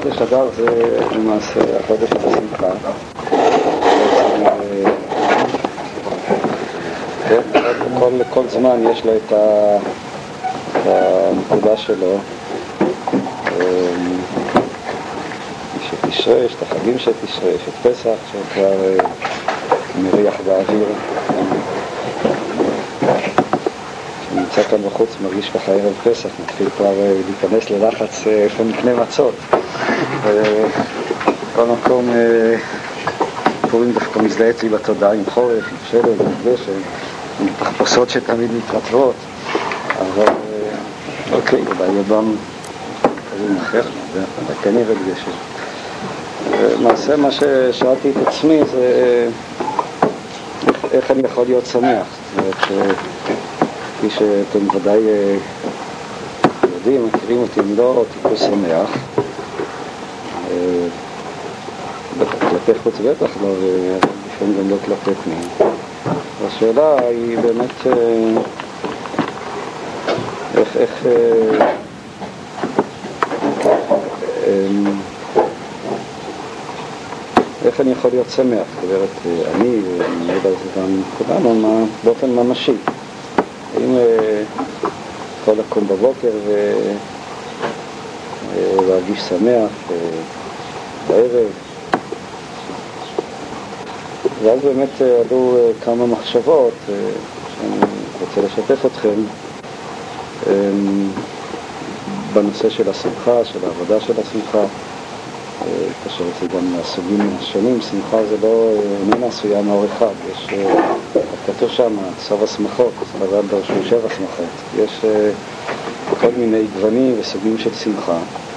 חודש אדר זה למעשה החודש של השמחה. כל זמן יש לו את הנקודה שלו. יש את תשרי, יש את החגים של תשרי, יש את פסח שכבר מריח באוויר. כשנמצא כאן בחוץ מרגיש ככה ערב פסח, מתחיל כבר להיכנס ללחץ איפה נקנה מצות. בכל מקום פורים דווקא מזדהה אצלי בתודעה עם חורף, עם שלג, עם גשם, עם תחפושות שתמיד מתרטבות. אבל אוקיי, ביבם קוראים אחר, זה כן ירד גשם. למעשה מה ששאלתי את עצמי זה איך אני יכול להיות שמח. זאת אומרת, כפי שאתם ודאי יודעים, מכירים אותי, אם לא טיפוס שמח. כלפי חוץ בטח לא, ולפעמים גם לא כלפי פנים. והשאלה היא באמת איך אני יכול להיות שמח? זאת אומרת, אני יודע זה גם כולנו באופן ממשי. האם יכול לקום בבוקר ולהרגיש שמח בערב? ואז באמת עלו כמה מחשבות שאני רוצה לשתף אתכם בנושא של השמחה, של העבודה של השמחה. כאשר זה גם מהסוגים השונים, שמחה זה לא איננה עשויה מאור אחד. יש, כתוב שם, סוף השמחות, אבל דרשו 7 שמחות. יש כל מיני גוונים וסוגים של שמחה.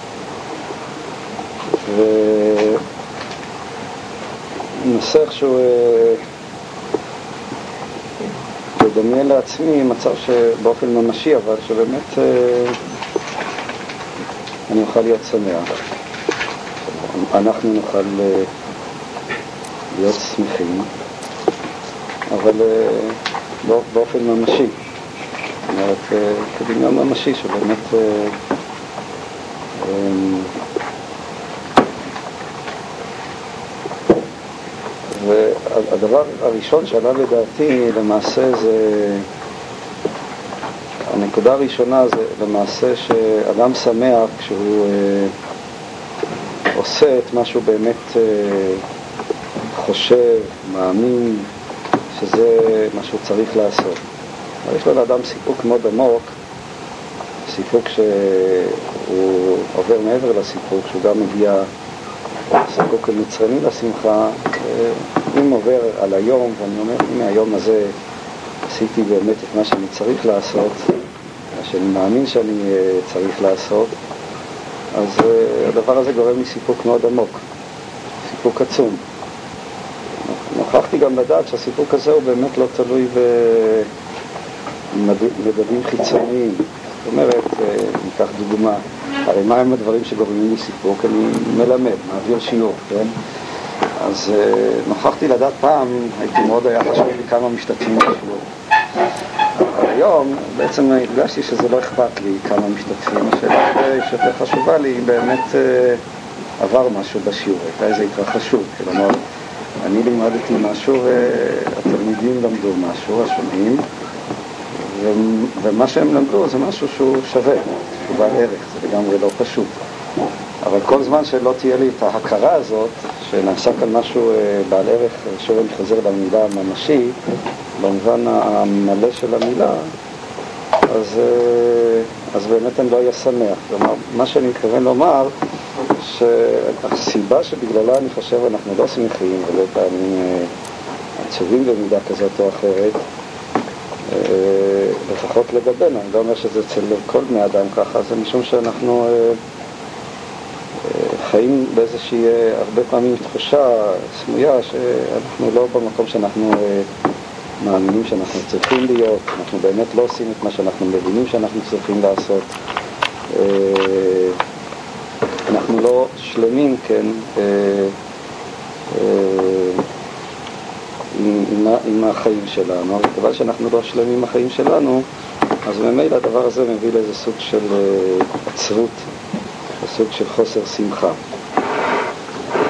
וננסה איכשהו לדמיין לעצמי מצב שבאופן ממשי, אבל שבאמת אני אוכל להיות שמח. אנחנו נוכל להיות שמחים, אבל באופן ממשי. זאת אומרת, כדמיון ממשי שבאמת והדבר הראשון שעלה לדעתי למעשה זה, הנקודה הראשונה זה למעשה שאדם שמח כשהוא עושה את מה שהוא באמת חושב, מאמין שזה מה שהוא צריך לעשות. יש לו לאדם סיפוק מאוד עמוק, סיפוק שהוא עובר מעבר לסיפוק, שהוא גם מגיע סיפוק מצרני לשמחה. אם עובר על היום ואני אומר, הנה היום הזה עשיתי באמת את מה שאני צריך לעשות, מה שאני מאמין שאני צריך לעשות, אז הדבר הזה גורם לי סיפוק מאוד עמוק, סיפוק עצום. נוכחתי גם לדעת שהסיפוק הזה הוא באמת לא תלוי במדדים חיצוניים. זאת אומרת, ניקח דוגמה, הרי מה הם הדברים שגורמים לי סיפוק? אני מלמד, מעביר שיעור, כן? אז נוכחתי לדעת פעם, היה חשוב לי כמה משתתפים בשיעור. היום בעצם הרגשתי שזה לא אכפת לי כמה משתתפים. השאלה שיותר חשובה לי, באמת עבר משהו בשיעור, הייתה איזו התרחשות. כלומר, אני לימדתי משהו והתלמידים למדו משהו, השונים, ומה שהם למדו זה משהו שהוא שווה, שהוא בעל ערך, זה לגמרי לא פשוט. אבל כל זמן שלא תהיה לי את ההכרה הזאת, שנעשה כאן משהו בעל ערך, שוב אני חוזר למילה ממשי, במובן המלא של המילה, אז באמת אני לא אהיה שמח. כלומר, מה שאני מתכוון לומר, שהסיבה שבגללה אני חושב אנחנו לא שמחים, ולפעמים עצובים במידה כזאת או אחרת, לפחות לגבינו, אני לא אומר שזה אצל כל בני אדם ככה, זה משום שאנחנו חיים באיזושהי הרבה פעמים תחושה סמויה שאנחנו לא במקום שאנחנו מאמינים שאנחנו צריכים להיות, אנחנו באמת לא עושים את מה שאנחנו מבינים שאנחנו צריכים לעשות, אנחנו לא שלמים, כן, עם החיים שלנו, אבל כיוון שאנחנו לא שלמים עם החיים שלנו, אז ממילא הדבר הזה מביא לאיזה סוג של עצרות, סוג של חוסר שמחה.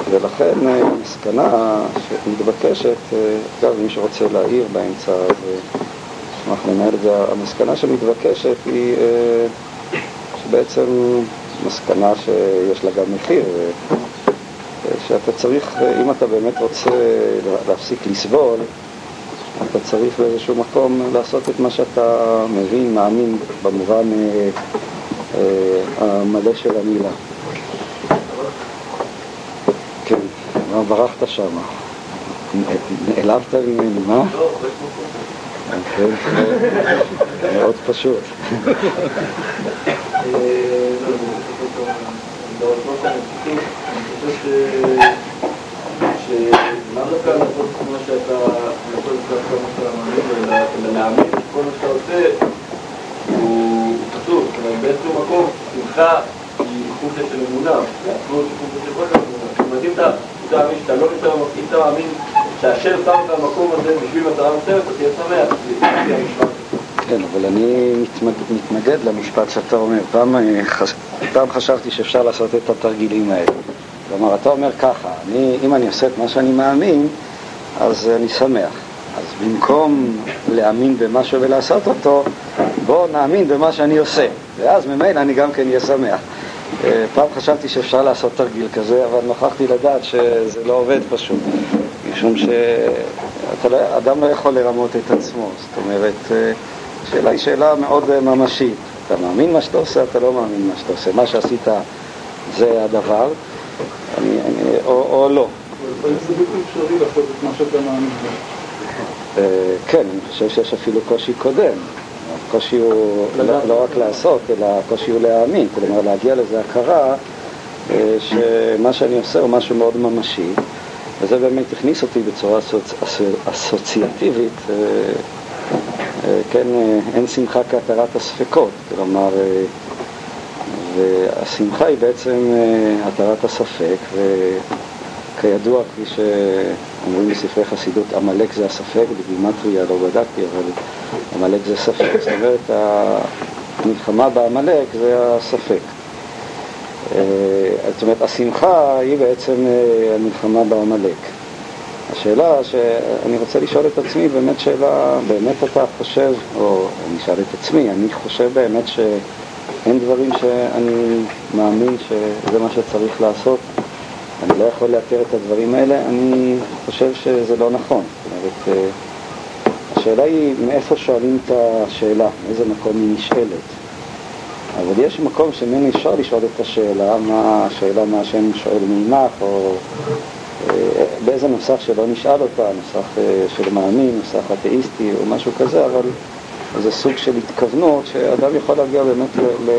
ולכן המסקנה שמתבקשת, אגב, מי שרוצה להעיר באמצע, אז נשמח לנהל את זה, המסקנה שמתבקשת היא שבעצם מסקנה שיש לה גם מחיר, שאתה צריך, אם אתה באמת רוצה להפסיק לסבול, אתה צריך באיזשהו מקום לעשות את מה שאתה מבין, מאמין, במובן המלא של המילה. כן, מה ברחת שם? נעלבת ממני, מה? כן, מאוד פשוט. אני חושב שלא דווקא לעשות מה שאתה מאמין, אלא להאמין שכל מה שאתה עושה הוא חשוב. זאת אומרת, באיזשהו מקום, שמחה היא חופש של אמונה, והאחדות היא חופש של כל אמונה. זאת אומרת, אם אתה מאמין שאתה לא נמצא במקום, אם אתה מאמין שהשם שם את המקום הזה בשביל מטרה מסוימת, אתה תהיה שמח, זה תהיה המשפט. כן, אבל אני מתנגד למשפט שאתה אומר. פעם חשבתי שאפשר לעשות את התרגילים האלה. כלומר, אתה אומר ככה, אם אני עושה את מה שאני מאמין, אז אני שמח. אז במקום להאמין במשהו ולעשות אותו, בוא נאמין במה שאני עושה. ואז ממילא אני גם כן אהיה שמח. פעם חשבתי שאפשר לעשות תרגיל כזה, אבל נוכחתי לדעת שזה לא עובד פשוט. משום שאדם לא יכול לרמות את עצמו. זאת אומרת, השאלה היא שאלה מאוד ממשית. אתה מאמין מה שאתה עושה, אתה לא מאמין מה שאתה עושה. מה שעשית זה הדבר, או לא. אבל זה בלתי אפשרי לעשות את מה שאתה מאמין. כן, אני חושב שיש אפילו קושי קודם. הקושי הוא לא רק לעשות, אלא הקושי הוא להאמין. כלומר, להגיע לזה הכרה שמה שאני עושה הוא משהו מאוד ממשי, וזה באמת הכניס אותי בצורה אסוציאטיבית. כן, אין שמחה כהתרת הספקות, כלומר, והשמחה היא בעצם התרת הספק, וכידוע, כפי שאומרים בספרי חסידות, עמלק זה הספק, בגימטריה לא בדקתי, אבל עמלק זה ספק, זאת אומרת, המלחמה בעמלק זה הספק. זאת אומרת, השמחה היא בעצם המלחמה בעמלק. השאלה שאני רוצה לשאול את עצמי, באמת שאלה, באמת אתה חושב, או אני אשאל את עצמי, אני חושב באמת שאין דברים שאני מאמין שזה מה שצריך לעשות, אני לא יכול לאתר את הדברים האלה, אני חושב שזה לא נכון. זאת אומרת, השאלה היא מאיפה שואלים את השאלה, מאיזה מקום היא נשאלת. אבל יש מקום שממנו אפשר לשאול את השאלה, השאלה מה השם שואל ממך, או באיזה נוסח שלא נשאל אותה, נוסח של מאמין, נוסח אתאיסטי או משהו כזה, אבל זה סוג של התכוונות שאדם יכול להגיע באמת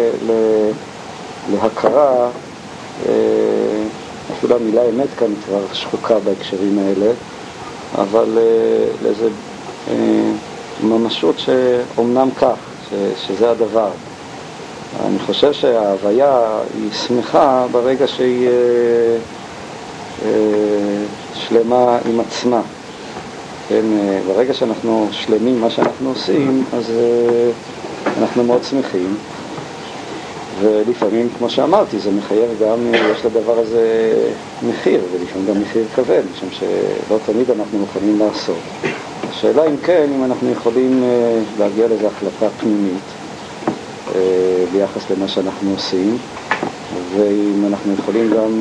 להכרה, אפילו המילה אמת כאן כבר שחוקה בהקשרים האלה, אבל לאיזה ממשות שאומנם כך, שזה הדבר. אני חושב שההוויה היא שמחה ברגע שהיא שלמה עם עצמה. כן, ברגע שאנחנו שלמים מה שאנחנו עושים, אז אנחנו מאוד שמחים. ולפעמים, כמו שאמרתי, זה מחייב גם, יש לדבר הזה מחיר, ולפעמים גם מחיר כבד, משום שלא תמיד אנחנו מוכנים לעשות. השאלה אם כן, אם אנחנו יכולים להגיע לאיזו החלטה פנימית ביחס למה שאנחנו עושים, ואם אנחנו יכולים גם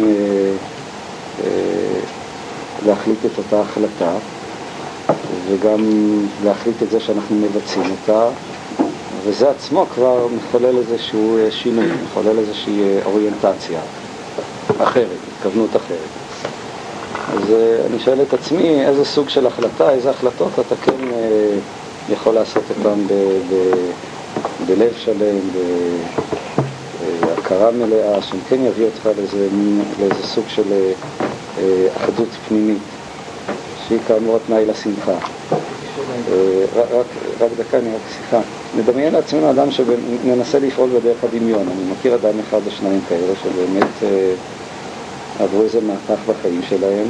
להחליט את אותה החלטה, וגם להחליט את זה שאנחנו מבצעים אותה, וזה עצמו כבר מחולל איזשהו שינוי, מחולל איזושהי אוריינטציה אחרת, התכוונות אחרת. אז אני שואל את עצמי איזה סוג של החלטה, איזה החלטות אתה כן יכול לעשות אותן בלב שלם, בהכרה מלאה, שהם כן יביא אותך לאיזה סוג של אחדות פנימית, שהיא כאמור התנאי לשמחה. רק דקה, אני רק שיחה. נדמיין לעצמנו אדם שננסה לפעול בדרך הדמיון. אני מכיר אדם אחד או שניים כאלה שבאמת עברו איזה מהפך בחיים שלהם,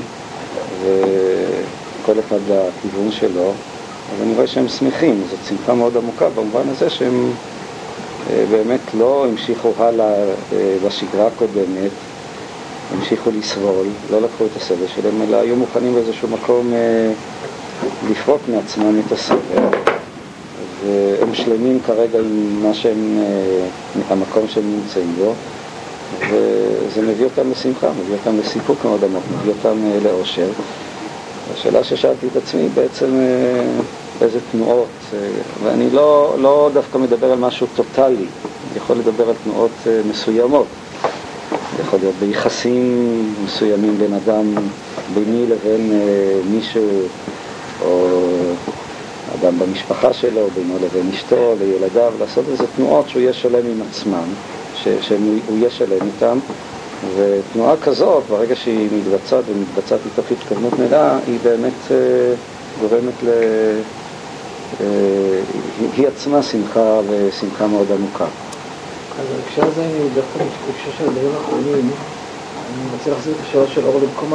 וכל אחד בכיוון שלו, אז אני רואה שהם שמחים. זאת שמחה מאוד עמוקה במובן הזה שהם באמת לא המשיכו הלאה בשגרה הקודמת, המשיכו לסבול, לא לקחו את הסבל שלהם, אלא היו מוכנים באיזשהו מקום לפרוק מעצמם את הסבל, והם שלמים כרגע עם מה שהם, המקום שהם נמצאים בו, וזה מביא אותם לשמחה, מביא אותם לסיפוק מאוד עמוק, מביא אותם לאושר. השאלה ששאלתי את עצמי בעצם איזה תנועות, ואני לא דווקא מדבר על משהו טוטלי, אני יכול לדבר על תנועות מסוימות, יכול להיות ביחסים מסוימים בין אדם, ביני לבין מישהו, או אדם במשפחה שלו, בינו לבין אשתו, לילדיו, לעשות איזה תנועות שהוא יהיה שלם עם עצמם, שהוא יהיה שלם איתם, ותנועה כזאת, ברגע שהיא מתבצעת מתוך התכוונות מלאה, היא באמת גורמת היא עצמה שמחה ושמחה מאוד עמוקה. אז בהקשר הזה אני דווקא בהקשר של הדברים האחרונים, אני רוצה להחזיר את השאלה של אור למקומה.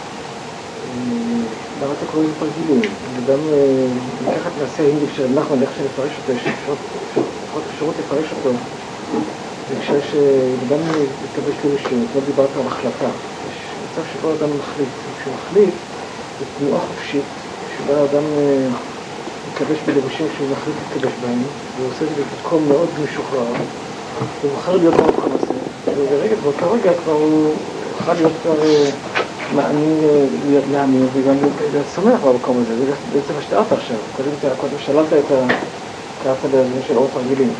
למה אתה קוראים תרגילים? וגם לקחת מעשה הינדיק של נחמן, איך שנפרש אותו, יש אפשרות לפרש אותו. בהקשר שגם מתלבש לראשון, לא דיברת על החלטה. יש מצב שבו אדם מחליט. כשהוא מחליט, זו תנועה חופשית, שבה אדם מתלבש בלבושים שהוא מחליט להתלבש בהם, והוא עושה את זה במקום מאוד משוחרר. הוא בחר להיות במקום הזה, וברגע, באותו רגע כבר הוא יכול להיות כבר להאמין וגם להיות שמח במקום הזה. זה בעצם מה שתיארת עכשיו. קודם שללת את הדברים של אור תרגילים.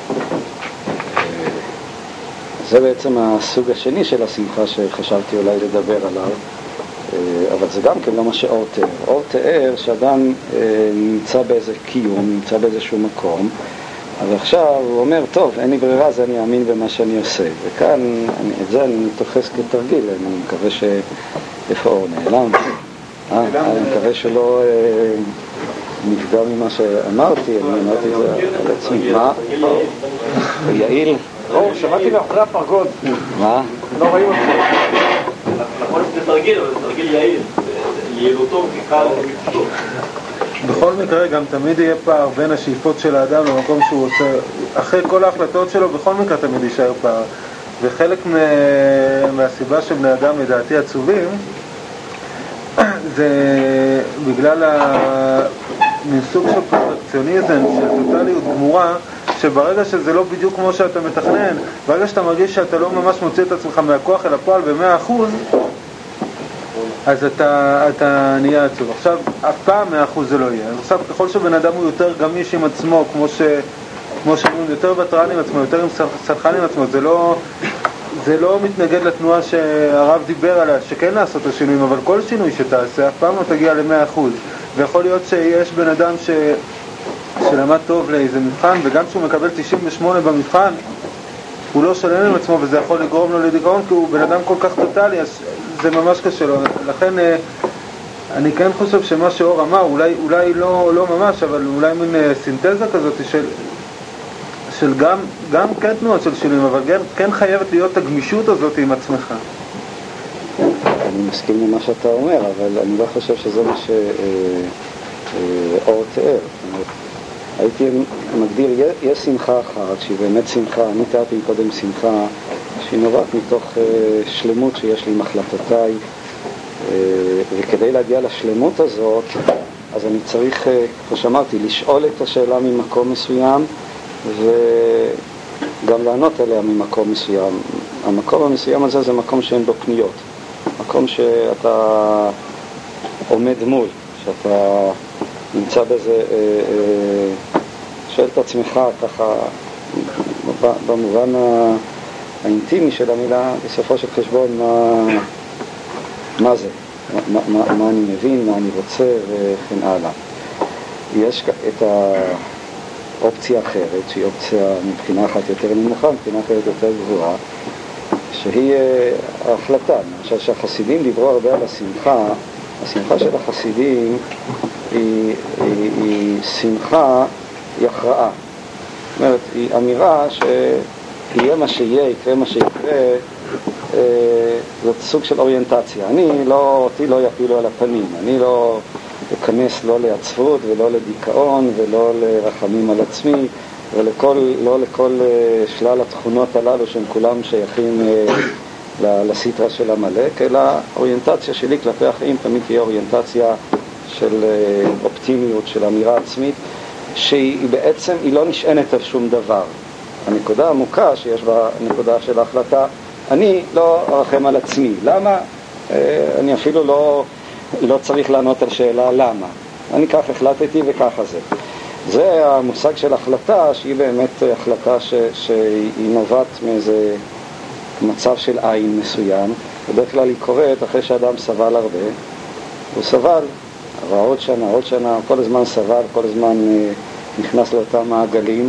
זה בעצם הסוג השני של השמחה שחשבתי אולי לדבר עליו, אבל זה גם כן לא מה שאור תיאר. אור תיאר שאדם נמצא באיזה קיום, נמצא באיזשהו מקום, אבל עכשיו הוא אומר, טוב, אין לי ברירה, אז אני אאמין במה שאני עושה. וכאן, את זה אני תופס כתרגיל, אני מקווה איפה אור נעלם? אני מקווה שלא נפגע ממה שאמרתי, אני אמרתי את זה על עצמי. מה? יעיל? שמעתי מאחורי הפרגוד. מה? לא רואים אותך. נכון, זה תרגיל, אבל זה תרגיל יעיל. יעילותו כקל ומצטות. בכל מקרה גם תמיד יהיה פער בין השאיפות של האדם למקום שהוא עושה, אחרי כל ההחלטות שלו בכל מקרה תמיד יישאר פער, וחלק מהסיבה שבני אדם לדעתי עצובים זה בגלל מסוג של פרפקציוניזם, של טוטליות גמורה, שברגע שזה לא בדיוק כמו שאתה מתכנן, ברגע שאתה מרגיש שאתה לא ממש מוציא את עצמך מהכוח אל הפועל ב100%, אז אתה נהיה עצוב. עכשיו, אף פעם 100% זה לא יהיה. עכשיו, ככל שבן אדם הוא יותר גמיש עם עצמו, כמו שאומרים, יותר בטרן עם עצמו, יותר עם סלחן עם עצמו, זה לא מתנגד לתנועה שהרב דיבר עליה, שכן לעשות את השינויים, אבל כל שינוי שתעשה, אף פעם לא תגיע ל100%. ויכול להיות שיש בן אדם שלמד טוב לאיזה מבחן, וגם כשהוא מקבל 98 במבחן, הוא לא שלם עם עצמו, וזה יכול לגרום לו לדיכאון, כי הוא בן אדם כל כך טוטלי, אז זה ממש קשה לו. לכן אני כן חושב שמה שאור אמר, אולי לא ממש, אבל אולי מין סינתזה כזאת של גם כן תנועות של שינויים, אבל כן חייבת להיות הגמישות הזאת עם עצמך. אני מסכים למה שאתה אומר, אבל אני לא חושב שזה מה שאור תיאר. הייתי מגדיר, יש שמחה אחת שהיא באמת שמחה, אני תיארתי קודם שמחה שהיא נובעת מתוך שלמות שיש לי עם החלטותיי, וכדי להגיע לשלמות הזאת אז אני צריך, כמו שאמרתי, לשאול את השאלה ממקום מסוים וגם לענות עליה ממקום מסוים. המקום המסוים הזה זה מקום שאין בו פניות, מקום שאתה עומד מול, שאתה נמצא בזה, שואל את עצמך ככה במובן האינטימי של המילה, בסופו של חשבון מה זה, מה אני מבין, מה אני רוצה וכן הלאה. יש את האופציה האחרת, שהיא אופציה מבחינה אחת יותר נמוכה, מבחינה אחרת יותר גבוהה, שהיא ההחלטה. למשל שהחסידים דיברו הרבה על השמחה, השמחה של החסידים היא שמחה, היא הכרעה. זאת אומרת, היא אמירה שיהיה מה שיהיה, יקרה מה שיקרה, זאת סוג של אוריינטציה. אותי לא יפילו על הפנים, אני לא אכנס לא לעצבות ולא לדיכאון ולא לרחמים על עצמי, ולא לכל שלל התכונות הללו שהם כולם שייכים לסטרה של המלאק, אלא האוריינטציה שלי כלפי החיים תמיד תהיה אוריינטציה של אופטימיות, של אמירה עצמית, שהיא בעצם, היא לא נשענת על שום דבר. הנקודה העמוקה שיש בנקודה של ההחלטה, אני לא ארחם על עצמי. למה? אני אפילו לא צריך לענות על שאלה למה. אני כך החלטתי וככה זה. זה המושג של החלטה, שהיא באמת החלטה שהיא נובעת מאיזה מצב של עין מסוים. בדרך כלל היא קורית אחרי שאדם סבל הרבה. הוא סבל, אבל עוד שנה, כל הזמן סבל, כל הזמן נכנס לאותם מעגלים,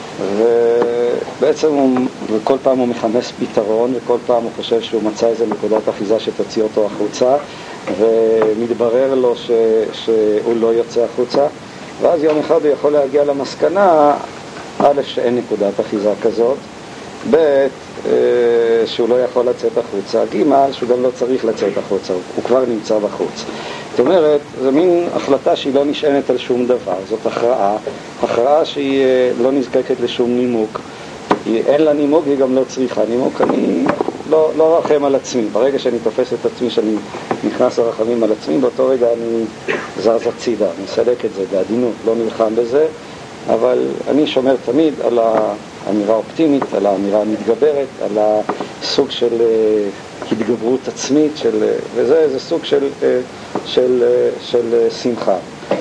ובעצם וכל פעם הוא מחמש פתרון, וכל פעם הוא חושב שהוא מצא איזה נקודת אחיזה שתוציא אותו החוצה, ומתברר לו שהוא לא יוצא החוצה, ואז יום אחד הוא יכול להגיע למסקנה, א', שאין נקודת אחיזה כזאת, ב', שהוא לא יכול לצאת החוצה, ג', שהוא גם לא צריך לצאת החוצה, הוא כבר נמצא בחוץ. זאת אומרת, זו מין החלטה שהיא לא נשענת על שום דבר, זאת הכרעה שהיא לא נזקקת לשום נימוק, אין לה נימוק, היא גם לא צריכה נימוק. אני לא רחם על עצמי, ברגע שאני תופס את עצמי, שאני נכנס לרחמים על עצמי, באותו רגע אני זז הצידה, אני מסלק את זה בעדינות, לא נלחם בזה, אבל אני שומר תמיד על האמירה האופטימית, על האמירה המתגברת, על הסוג של התגברות עצמית, וזה סוג של שמחה.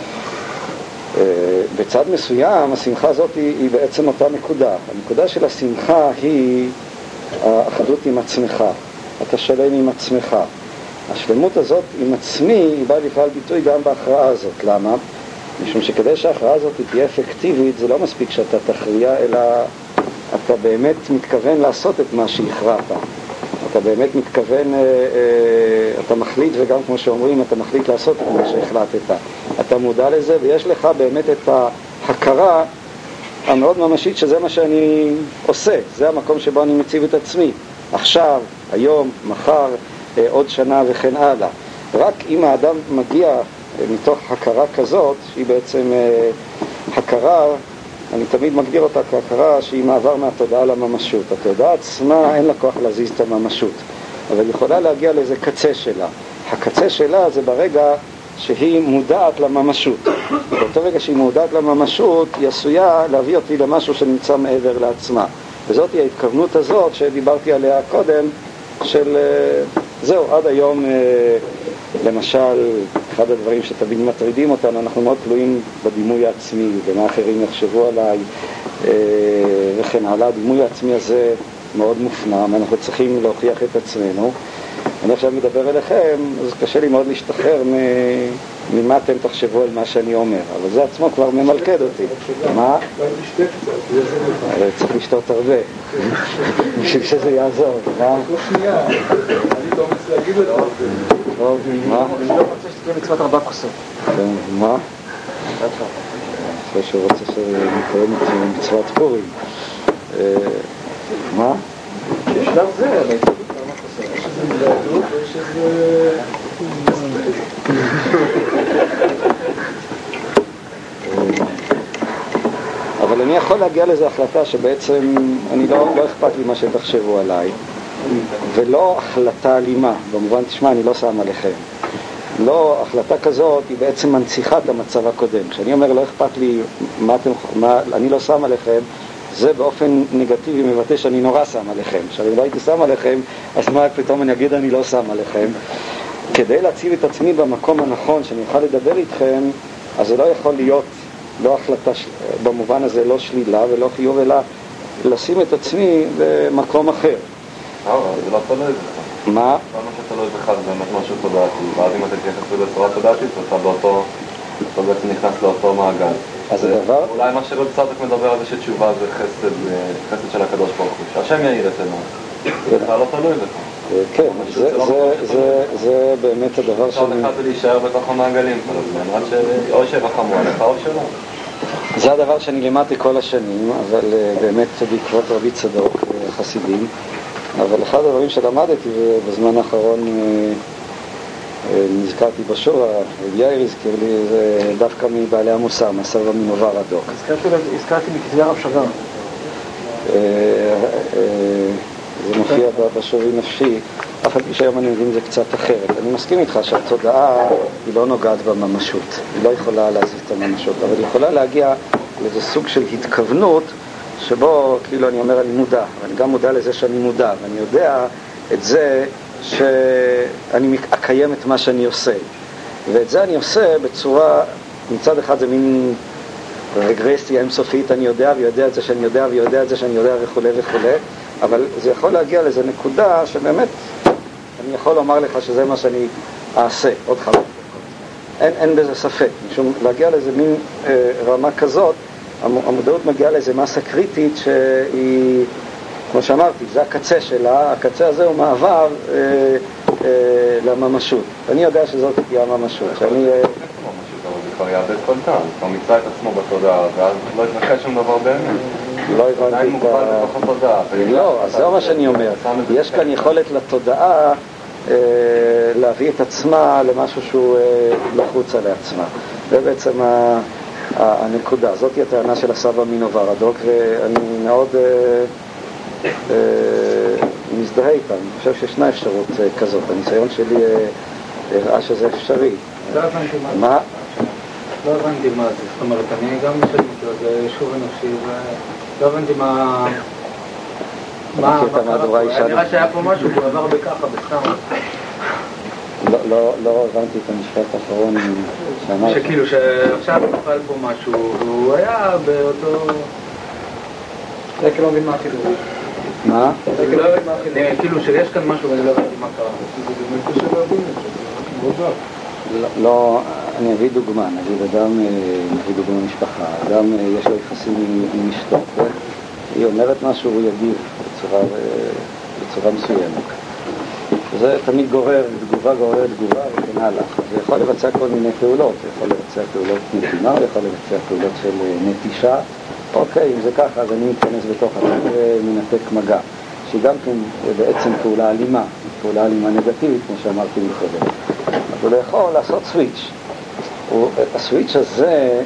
בצד מסוים, השמחה הזאת היא בעצם אותה נקודה. הנקודה של השמחה היא האחדות עם עצמך. אתה שלם עם עצמך. השלמות הזאת עם עצמי היא באה לכלל ביטוי גם בהכרעה הזאת. למה? משום שכדי שההכרעה הזאת תהיה אפקטיבית, זה לא מספיק שאתה תכריע, אלא אתה באמת מתכוון לעשות את מה שהכרעת. אתה באמת מתכוון, אתה מחליט, וגם כמו שאומרים, אתה מחליט לעשות את מה שהחלטת. אתה מודע לזה, ויש לך באמת את ההכרה המאוד ממשית שזה מה שאני עושה. זה המקום שבו אני מציב את עצמי. עכשיו, היום, מחר, עוד שנה וכן הלאה. רק אם האדם מגיע מתוך הכרה כזאת, שהיא בעצם הכרה, אני תמיד מגדיר אותה כהכרה שהיא מעבר מהתודעה לממשות. התודעה עצמה אין לה כוח להזיז את הממשות, אבל היא יכולה להגיע לאיזה קצה שלה. הקצה שלה זה ברגע שהיא מודעת לממשות. באותו רגע שהיא מודעת לממשות, היא עשויה להביא אותי למשהו שנמצא מעבר לעצמה. וזאת היא ההתכוונות הזאת שדיברתי עליה קודם, של זהו, עד היום למשל, אחד הדברים שתמיד מטרידים אותנו, אנחנו מאוד תלויים בדימוי העצמי, במה אחרים יחשבו עליי וכן הלאה. הדימוי העצמי הזה מאוד מופנם, אנחנו צריכים להוכיח את עצמנו. אני עכשיו מדבר אליכם, אז קשה לי מאוד להשתחרר ממה אתם תחשבו על מה שאני אומר, אבל זה עצמו כבר ממלכד אותי. מה? צריך לשתות הרבה, בשביל שזה יעזור. מה? שנייה, אני לא רוצה להגיד לך. מה? אני לא רוצה שתהיה מצוות 4 כוסות. מה? אחרי שהוא רוצה שנקיים את מצוות פורים. מה? בשלב זה, אבל יש 4 כוסות. יש איזה מלאדות ויש איזה... אבל אני יכול להגיע לאיזו החלטה שבעצם אני לא אכפת לי מה שתחשבו עליי, ולא החלטה אלימה, במובן תשמע אני לא שם עליכם. לא, החלטה כזאת היא בעצם מנציחה את המצב הקודם. כשאני אומר לא אכפת לי אני לא שם עליכם, זה באופן נגטיבי מבטא שאני נורא שם עליכם. כשאני לא הייתי שם עליכם, אז מה פתאום אני אגיד אני לא שם עליכם? כדי להציב את עצמי במקום הנכון שאני אוכל לדבר איתכם, אז זה לא יכול להיות לא החלטה, במובן הזה לא שלילה ולא חיוב, אלא לשים את עצמי במקום אחר. זה לא תלוי בך. מה? כל מה שתלוי בך זה באמת משהו תודעתי, ואז אם אתה תתייחס בצורה תודעתית, אתה בעצם נכנס לאותו מעגל. אז זה דבר? אולי מה שרב צדוק מדבר על זה שתשובה זה חסד של הקדוש ברוך הוא, שהשם יאיר את עיניו. זה בכלל לא תלוי בך. כן, זה באמת הדבר אפשר לך להישאר בתוך המעגלים כל הזמן, או שרחמו עליך או שלא. זה הדבר שאני לימדתי כל השנים, אבל באמת בעקבות רבי צדוק וחסידים. אבל אחד הדברים שלמדתי, ובזמן האחרון נזכרתי בשורה, יאיר הזכיר לי, זה דווקא מבעלי המוסר, מסר המנובר הדוק. הזכרתי בכתבי הרב שגר. זה מופיע בשווי נפשי, אף על פי שהיום אני מבין זה קצת אחרת. אני מסכים איתך שהתודעה היא לא נוגעת בממשות, היא לא יכולה להזיז את הממשות, אבל היא יכולה להגיע לאיזה סוג של התכוונות שבו כאילו אני אומר אני מודע, ואני גם מודע לזה שאני מודע, ואני יודע את זה שאני אקיים את מה שאני עושה, ואת זה אני עושה בצורה, מצד אחד זה מין רגרסיה אינסופית, אני יודע ויודע את זה שאני יודע ויודע את זה שאני יודע וכו' וכו', אבל זה יכול להגיע לאיזו נקודה שבאמת אני יכול לומר לך שזה מה שאני אעשה עוד חלק. אין בזה ספק, משום להגיע לאיזה מין רמה כזאת, המודעות מגיעה לאיזה מסה קריטית שהיא, כמו שאמרתי, זה הקצה שלה, הקצה הזה הוא מעבר לממשות. אני יודע שזאת תהיה הממשות. שאני... אבל זה כבר יאבד כל טעם, כבר מצא את עצמו בתודעה, ואז לא יתנקה שום דבר באמת. לא הבנתי את ה... לא, אז זה מה שאני אומר. יש כאן יכולת לתודעה להביא את עצמה למשהו שהוא לחוצה לעצמה. זה בעצם הנקודה. זאת היא הטענה של הסבא מנוברדוק, ואני מאוד מזדהה איתה. אני חושב שישנה אפשרות כזאת. הניסיון שלי הראה שזה אפשרי. לא הבנתי מה מה? לא הבנתי מה זה. זאת אומרת, אני גם משלם מכיר, זה שוב אנושי, ולא הבנתי מה... מה קרה פה? נראה שהיה פה משהו, הוא עבר בככה, בסתם. לא הבנתי את המשפט האחרון שאמרת. שכאילו שעכשיו נפל פה משהו, והוא היה באותו... זה כאילו לא מבין מה החידוש. מה? זה כאילו לא מבין מה החידוש. כאילו שיש כאן משהו ואני לא הבנתי מה קרה. זה באמת קשה להבין את זה. לא, אני אביא דוגמה, נגיד אדם, נביא דוגמה משפחה, אדם יש לו יחסים עם אשתו, היא אומרת משהו, הוא יגיב בצורה מסוימת. זה תמיד גורר, תגובה גוררת תגובה וכן הלאה. זה יכול לבצע כל מיני פעולות, זה יכול לבצע פעולות נתינה, זה יכול לבצע פעולות של נטישה. אוקיי, אם זה ככה, אז אני מתכנס בתוך עצמי ומנתק מגע, שהיא גם כן בעצם פעולה אלימה, פעולה אלימה נגטיבית, כמו שאמרתי מקודם. אבל הוא יכול לעשות סוויץ'. הסוויץ' הזה,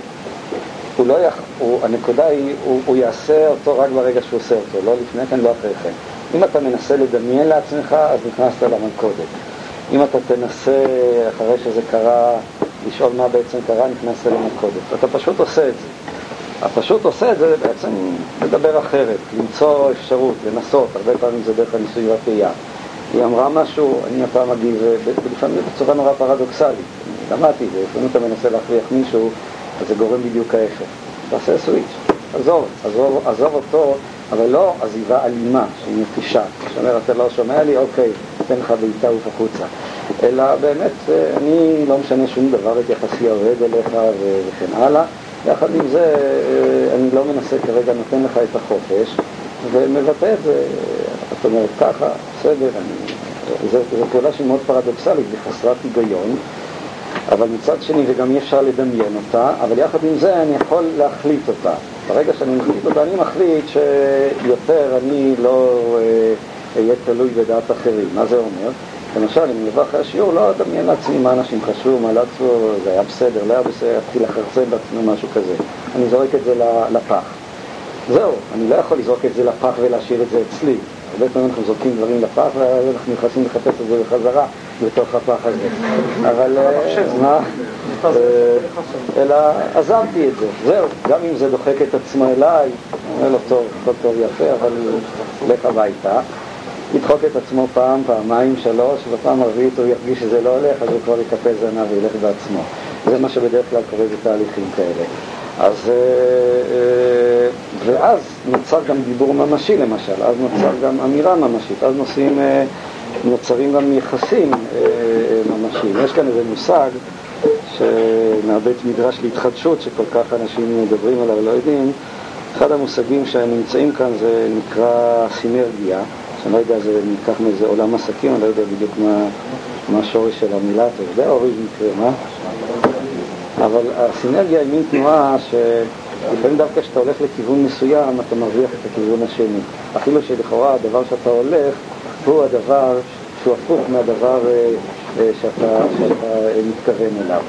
הנקודה היא, הוא יעשה אותו רק ברגע שהוא עושה אותו, לא לפני כן, לא אחרי כן. אם אתה מנסה לדמיין לעצמך, אז נכנסת למלכודת. אם אתה תנסה, אחרי שזה קרה, לשאול מה בעצם קרה, נכנסת למלכודת. אתה פשוט עושה את זה. הפשוט עושה את זה בעצם לדבר אחרת, למצוא אפשרות, לנסות, הרבה פעמים זה דרך הניסוי והטעייה. היא אמרה משהו, אני הפעם מגיב, לפעמים בצורה נורא פרדוקסלית. למדתי, לפעמים אתה מנסה להכריח מישהו, אז זה גורם בדיוק ההפך. תעשה סוויץ', עזוב אותו, אבל לא עזיבה אלימה, שהיא נטישה. שאומר, אתה לא שומע לי, אוקיי, תן לך בעיטה ופחוצה. אלא באמת, אני לא משנה שום דבר, את יחסי יורד אליך וכן הלאה. יחד עם זה, אני לא מנסה כרגע, נותן לך את החופש, ומבטא את זה, את אומרת ככה, בסדר, זו פעולה שהיא מאוד פרדוקסלית וחסרת היגיון, אבל מצד שני, וגם אי אפשר לדמיין אותה, אבל יחד עם זה אני יכול להחליט אותה. ברגע שאני מחליט אותה, אני מחליט שיותר אני לא אהיה תלוי בדעת אחרים. מה זה אומר? למשל, אם נבוא אחרי השיעור, לא אדמיין לעצמי מה אנשים חשבו, מה לעצמו, זה היה בסדר, לא היה בסדר, התחיל לחרצן בעצמו, משהו כזה. אני זורק את זה לפח. זהו, אני לא יכול לזרוק את זה לפח ולהשאיר את זה אצלי. הרבה פעמים אנחנו זורקים דברים לפח ואנחנו נכנסים לחפש את זה בחזרה בתוך הפח הזה. אבל מה? אלא עזבתי את זה. זהו, גם אם זה דוחק את עצמו אליי, אומר לו טוב, טוב יפה, אבל לך הביתה. ידחוק את עצמו פעם, פעמיים, שלוש, ובפעם הרביעית הוא ירגיש שזה לא הולך, אז הוא כבר יקפל זנב וילך בעצמו. זה מה שבדרך כלל קורה בתהליכים כאלה. אז, ואז נוצר גם דיבור ממשי למשל, אז נוצר גם אמירה ממשית, אז נוצרים גם יחסים ממשיים. יש כאן איזה מושג שמהבית מדרש להתחדשות, שכל כך אנשים מדברים עליו ולא יודעים. אחד המושגים שנמצאים כאן זה נקרא סינרגיה, שאני לא יודע, זה ניקח מאיזה עולם עסקים, אני לא יודע בדיוק מה השורש של המילה, אתה יודע, אורי מקרה, מה? אבל הסינרגיה היא מין תנועה שלפעמים דווקא כשאתה הולך לכיוון מסוים, אתה מרוויח את הכיוון השני. אפילו שלכאורה הדבר שאתה הולך הוא הדבר שהוא הפוך מהדבר שאתה מתכוון אליו.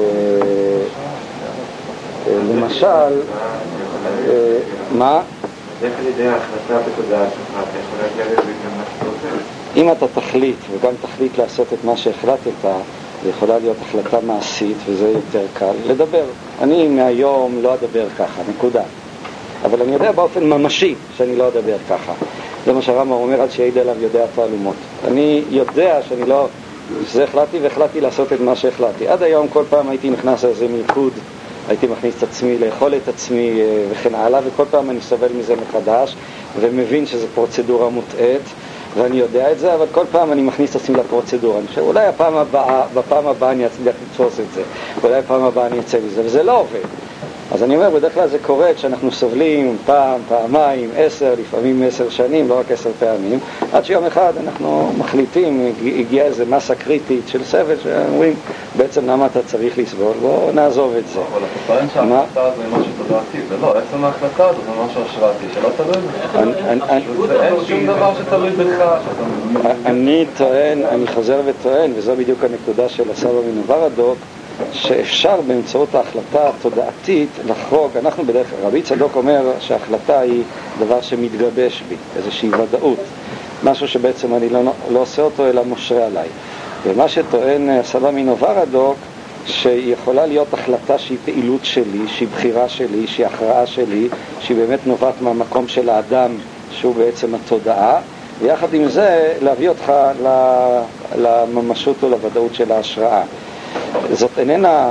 למשל, מה? איך על ידי ההחלטה בתודעה שלך, אתה יכול להגיע לזה גם מה שאתה רוצה? אם אתה תחליט, וגם תחליט לעשות את מה שהחלטת, זה יכולה להיות החלטה מעשית, וזה יותר קל לדבר. אני מהיום לא אדבר ככה, נקודה. אבל אני יודע באופן ממשי שאני לא אדבר ככה. זה מה שהרמב"ם אומר, עד שיעיד עליו יודע תעלומות. אני יודע שאני לא... זה החלטתי והחלטתי לעשות את מה שהחלטתי. עד היום כל פעם הייתי נכנס לאיזה מלכוד, הייתי מכניס את עצמי, לאכול את עצמי וכן הלאה, וכל פעם אני סובל מזה מחדש, ומבין שזו פרוצדורה מוטעית, ואני יודע את זה, אבל כל פעם אני מכניס את עצמי לפרוצדורה. אני חושב, אולי בפעם הבאה אני אצליח לתפוס את זה, אולי בפעם הבאה אני אצא מזה, וזה לא עובד. אז אני אומר, בדרך כלל זה קורה כשאנחנו סובלים פעם, פעמיים, 10, לפעמים 10 שנים, לא רק 10 פעמים, עד שיום אחד אנחנו מחליטים, הגיעה איזו מסה קריטית של סבל, שאומרים, בעצם למה אתה צריך לסבול? בוא נעזוב את זה. אבל אתה טוען שההחלטה זה משהו תודעתי, זה לא, עצם ההחלטה הזאת זה משהו השראתי, שלא תלוי בך. אין שום דבר שתלוי בך. אני טוען, אני חוזר וטוען, וזו בדיוק הנקודה של הסבא מנוברדוק, שאפשר באמצעות ההחלטה התודעתית לחרוג. אנחנו בדרך כלל, רבי צדוק אומר שההחלטה היא דבר שמתגבש בי, איזושהי ודאות, משהו שבעצם אני לא עושה אותו אלא מושרה עליי. ומה שטוען הסבא מנוברדוק, שיכולה להיות החלטה שהיא פעילות שלי, שהיא בחירה שלי, שהיא הכרעה שלי, שהיא באמת נובעת מהמקום של האדם שהוא בעצם התודעה, ויחד עם זה להביא אותך לממשות או לוודאות של ההשראה. זאת איננה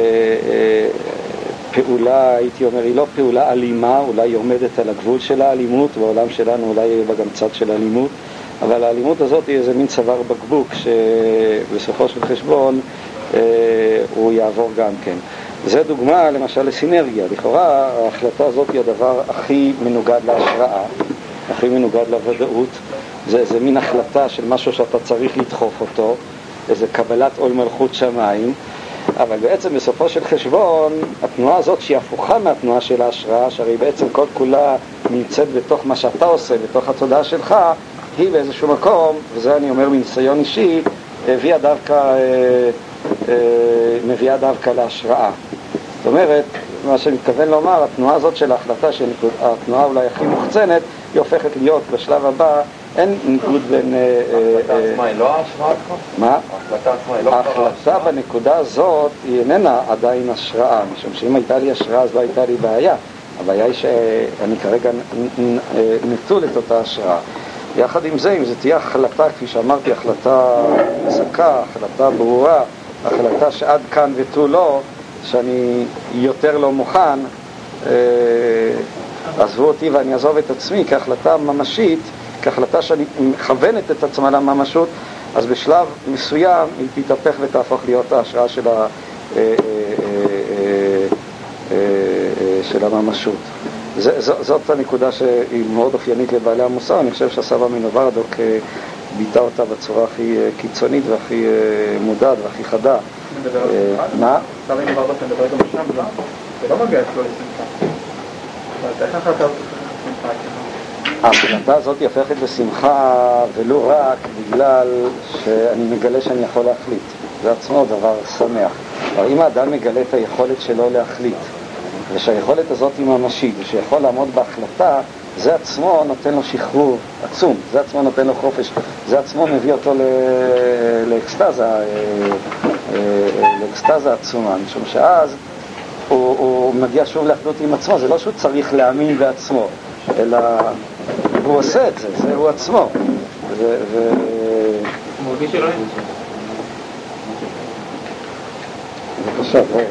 פעולה, הייתי אומר, היא לא פעולה אלימה, אולי היא עומדת על הגבול של האלימות, בעולם שלנו אולי יהיה בה גם צד של אלימות, אבל האלימות הזאת היא איזה מין צוואר בקבוק שבסופו של חשבון הוא יעבור גם כן. זה דוגמה למשל לסינרגיה. לכאורה ההחלטה הזאת היא הדבר הכי מנוגד להשראה, הכי מנוגד לוודאות. זה מין החלטה של משהו שאתה צריך לדחוף אותו, איזה קבלת עול מלכות שמיים, אבל בעצם בסופו של חשבון התנועה הזאת שהיא הפוכה מהתנועה של ההשראה, שהרי בעצם כל כולה נמצאת בתוך מה שאתה עושה, בתוך התודעה שלך, היא באיזשהו מקום, וזה אני אומר מניסיון אישי, מביאה דווקא להשראה. זאת אומרת, מה שאני מתכוון לומר, התנועה הזאת של ההחלטה, שהתנועה אולי הכי מוחצנת, היא הופכת להיות בשלב הבא, אין ניגוד בין... ההחלטה עצמה היא לא ההשראה? מה? ההחלטה עצמה היא לא ההשראה? ההחלטה בנקודה הזאת היא איננה עדיין השראה, משום שאם הייתה לי השראה אז לא הייתה לי בעיה. הבעיה היא שאני כרגע נטול את אותה השראה. יחד עם זה, אם זה תהיה החלטה, כפי שאמרתי, החלטה זכה, החלטה ברורה, החלטה שעד כאן ותו לא, שאני יותר לא מוכן, עזבו אותי ואני אעזוב את עצמי כהחלטה ממשית, כהחלטה שאני מכוונת את עצמה לממשות, אז בשלב מסוים היא תתהפך ותהפוך להיות ההשראה של הממשות. זאת הנקודה שהיא מאוד אופיינית לבעלי המוסר. אני חושב שהסבא מנוברדוק ביטא אותה בצורה הכי קיצונית והכי מודעת והכי חדה. מה? סבא מנוברדוק מדבר גם שם, זה לא מגיע אצלו לשמחה. אבל איך אתה שמחה? ההחלטה הזאת היא הופכת לשמחה ולא רק בגלל שאני מגלה שאני יכול להחליט. זה עצמו דבר שמח. אבל אם האדם מגלה את היכולת שלו להחליט, ושהיכולת הזאת היא ממשית, ושיכול לעמוד בהחלטה, זה עצמו נותן לו שחרור עצום, זה עצמו נותן לו חופש, זה עצמו מביא אותו לאקסטזה עצומה, משום שאז הוא מגיע שוב לאחדות עם עצמו. זה לא שהוא צריך להאמין בעצמו, אלא הוא עושה את זה, זה הוא עצמו. הוא מרגיש שלא אין. בבקשה, רגע.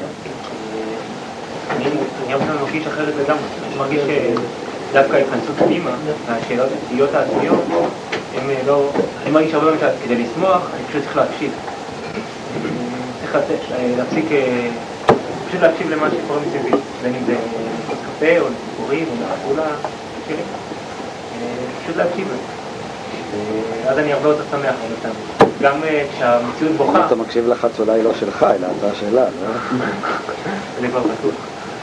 אני רוצה מרגיש אחרת לגמרי. אני מרגיש שדווקא התכנסות פנימה, השאלות העצמיות, אני מרגיש הרבה פעמים כדי לשמוח, אני פשוט צריך להקשיב. צריך להפסיק, פשוט להקשיב למה שקורה מסביב, בין אם זה קפה או לסיפורים או לחתולה שלי. פשוט להקשיב לזה. אז אני הרבה יותר שמח על אותם. גם כשהמציאות בוכה... אתה מקשיב לחתולה היא לא שלך, אלא אתה שלה, לא? אני כבר בטוח.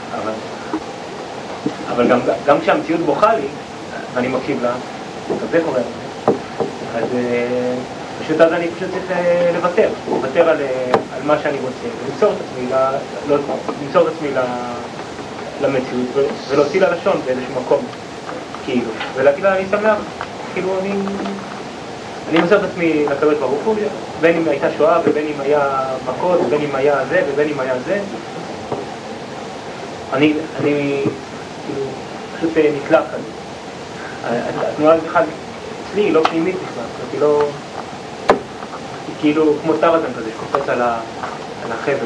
אבל גם כשהמציאות בוכה לי, ואני מקשיב לה, זה קורה. אז פשוט אז אני פשוט צריך לוותר על מה שאני רוצה, למסור את עצמי למציאות, ולהוציא ללשון באיזשהו מקום. כאילו, ולהגיד לה, אני שמח, כאילו אני מוסר את עצמי לקדוש ברוך הוא, בין אם הייתה שואה ובין אם היה מכות ובין אם היה זה ובין אם היה זה. אני כאילו פשוט נקלע כזה. התנועה בכלל אצלי היא לא פנימית בכלל, היא לא... היא כאילו כמו טרזן כזה שקופץ על החבל.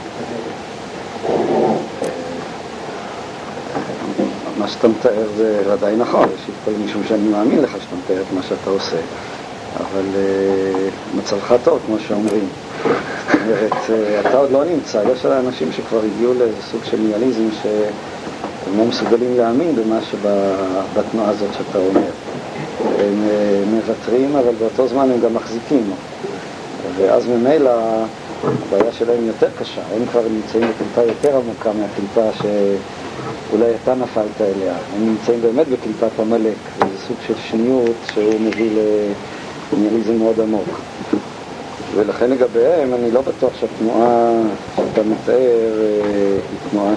מה שאתה מתאר זה ודאי נכון, יש כל משום שאני מאמין לך שאתה מתאר את מה שאתה עושה, אבל מצבך טוב, כמו שאומרים. זאת אומרת, אתה עוד לא נמצא, יש אנשים שכבר הגיעו לאיזה סוג של ניאליזם שהם לא מסוגלים להאמין במה שבתנועה הזאת שאתה אומר. הם מוותרים, אבל באותו זמן הם גם מחזיקים. ואז ממילא הבעיה שלהם יותר קשה, הם כבר נמצאים בקליפה יותר עמוקה מהקליפה שאולי אתה נפלת אליה. הם נמצאים באמת בקליפת המלאק, וזה סוג של שניות שהוא מביא לניאליזם מאוד עמוק. ולכן לגביהם אני לא בטוח שהתנועה שאתה מתאר היא תנועה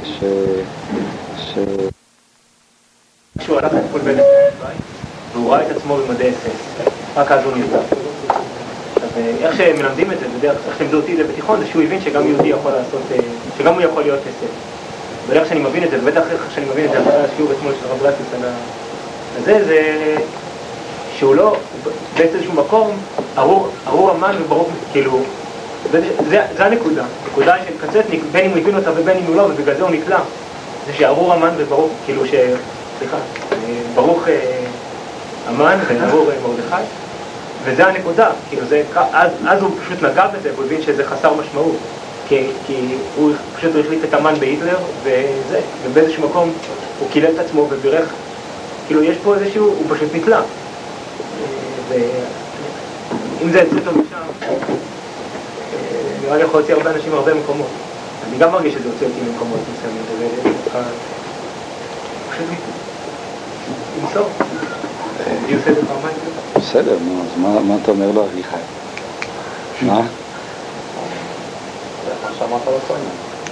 כשהוא הלך את כל בלד והוא ראה את עצמו במדי אסס, רק אז הוא נרדף. איך שמלמדים את זה, בדרך איך שלימדו אותי את זה בתיכון, זה שהוא הבין שגם יהודי יכול לעשות, שגם הוא יכול להיות אסס. ואיך שאני מבין את זה, ובטח איך שאני מבין את זה אחרי השיעור אתמול של הרב רסיס על זה שהוא לא, באיזשהו מקום, ארור המן וברוך, כאילו, זה הנקודה. הנקודה של קצתניק, בין אם הוא הבין אותה ובין אם הוא לא, ובגלל זה הוא נקלע. זה שארור המן וברוך, כאילו סליחה, ברוך המן וארור מרדכי, וזה הנקודה, כאילו זה, אז הוא פשוט נגע בזה, והוא הבין שזה חסר משמעות. כי הוא פשוט החליף את המן בהיטלר, וזה, ובאיזשהו מקום הוא קילל את עצמו ובירך, כאילו יש פה איזשהו, הוא פשוט נקלע. ואם זה יצא טוב משם, נראה לי יכול להוציא הרבה אנשים מהרבה מקומות. אני גם מרגיש שזה יוצא אותי ממקומות מסוימים, וזה פשוט למסור. אני עושה את זה פעמיים. בסדר, אז מה אתה אומר לו, אביחי? מה? זה מה שאמרת לו קודם.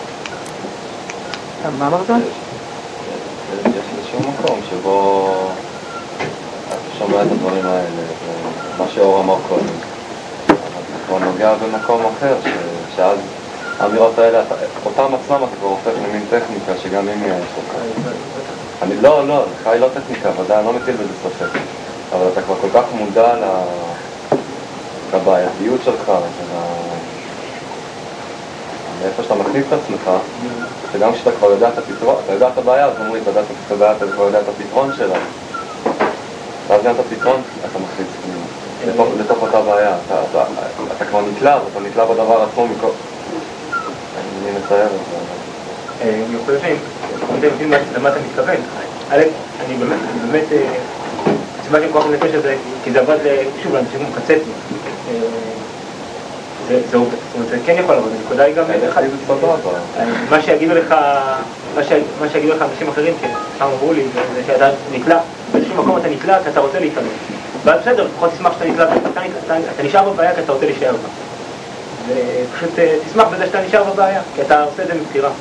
מה אמרת? יש איזשהו מקום שבו אתה שומע את הדברים האלה, מה שאור אמר קודם. אתה כבר נוגע במקום אחר, שאז האמירות האלה, אותם עצמם אתה כבר הופך למין טכניקה שגם אם יש לך. אני לא, חי לא טכניקה, ודאי, אני לא מטיל בזה ספק. אבל אתה כבר כל כך מודע לבעייתיות שלך, מאיפה שאתה מכניס את עצמך, שגם כשאתה כבר יודע את הפתרון, אתה יודע את הבעיה, אז אומרים, אתה כבר יודע את הפתרון שלה. ואז גם את הפתרון אתה מכניס לתוך אותה בעיה. אתה כבר נקלע, ואתה נקלע בדבר עצמו מכל... אני מתאר את זה. אני חושב שאם אתם יודעים למה אתה מתכוון, אני באמת... הסיבה שאני כל כך נפש הזה, כי זה עבד, שוב, לאנשים מקצצנו. זה כן יכול לעבוד, הנקודה היא גם... מה שיגידו לך אנשים אחרים, כי פעם אמרו לי, זה שאתה נקלע, באיזשהו מקום אתה נקלע כי אתה רוצה להתעלם. ואז בסדר, לפחות תשמח שאתה נקלע, אתה נשאר בבעיה כי אתה רוצה להישאר בה. ופשוט תשמח בזה שאתה נשאר בבעיה, כי אתה עושה את זה מבחירה.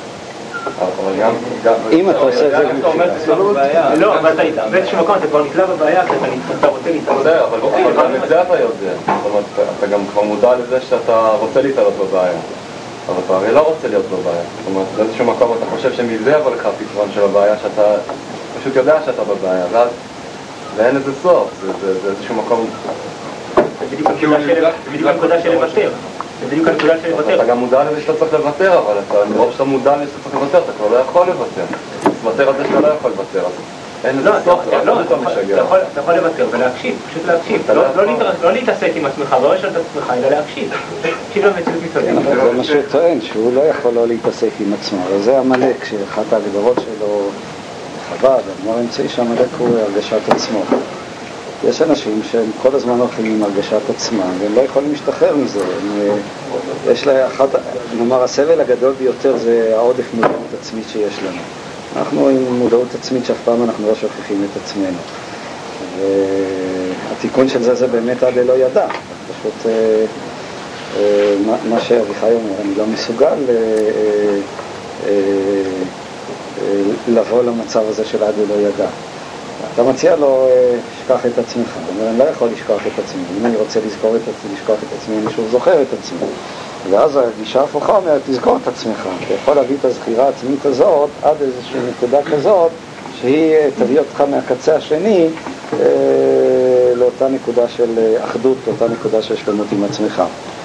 אם אתה עושה את זה מבחירה. לא, אבל באיזשהו מקום אתה כבר נקלע בבעיה כי אתה רוצה להתעלם. אבל גם את זה אתה יודע. זאת אומרת, אתה גם כבר מודע לזה שאתה רוצה להתעלות בבעיה. אבל אתה הרי לא רוצה להיות בבעיה. זאת אומרת, באיזשהו מקום אתה חושב שמזה יבוא לך הפתרון של הבעיה, שאתה פשוט יודע שאתה בבעיה, ואין לזה סוף. זה איזשהו מקום... זה בדיוק הנקודה של לוותר. אתה גם מודע לזה שאתה צריך לוותר, אבל מרוב שאתה מודע לזה שאתה צריך לוותר, אתה כבר לא יכול לוותר. לוותר על זה שאתה לא יכול לוותר. אין לזה סוף, זה רק אתה משגע. אתה יכול לוותר ולהקשיב, פשוט להקשיב. לא להתעסק עם עצמך, לא לשאול את עצמך, אלא להקשיב. להקשיב למציאות מסביב. זה מה שהוא טוען, שהוא לא יכול לא להתעסק עם עצמו. וזה המלאק, שאחת ההגדרות שלו חב"ד, הדבר האמצעי שהמלאק הוא הרגשת עצמו. יש אנשים שהם כל הזמן הולכים עם הרגשת עצמם, והם לא יכולים להשתחרר מזה. יש לה נאמר, הסבל הגדול ביותר זה העודף מודעות עצמית שיש לנו. אנחנו עם מודעות עצמית שאף פעם אנחנו לא שוכחים את עצמנו. והתיקון של זה באמת עד ללא ידע. פשוט מה שאביחי אומר, אני לא מסוגל לבוא למצב הזה של עד ללא ידע. אתה מציע לו, שכח את עצמך. הוא אומר, אני לא יכול לשכוח את עצמי. אם אני רוצה לשכוח את עצמי, אני שוב זוכר את עצמי. ואז הגישה הפוכה אומרת, תזכור את עצמך. אתה יכול להביא את הזכירה העצמית הזאת עד איזושהי נקודה כזאת, שהיא תביא אותך מהקצה השני לאותה נקודה של אחדות, לאותה נקודה של שלמות עם עצמך.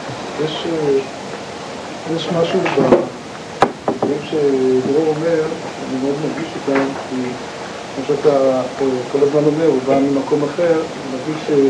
יש משהו בדברים שדרור אומר, אני מאוד מרגיש איתם, כי כמו שאתה כל הזמן אומר, הוא בא ממקום אחר, אני מרגיש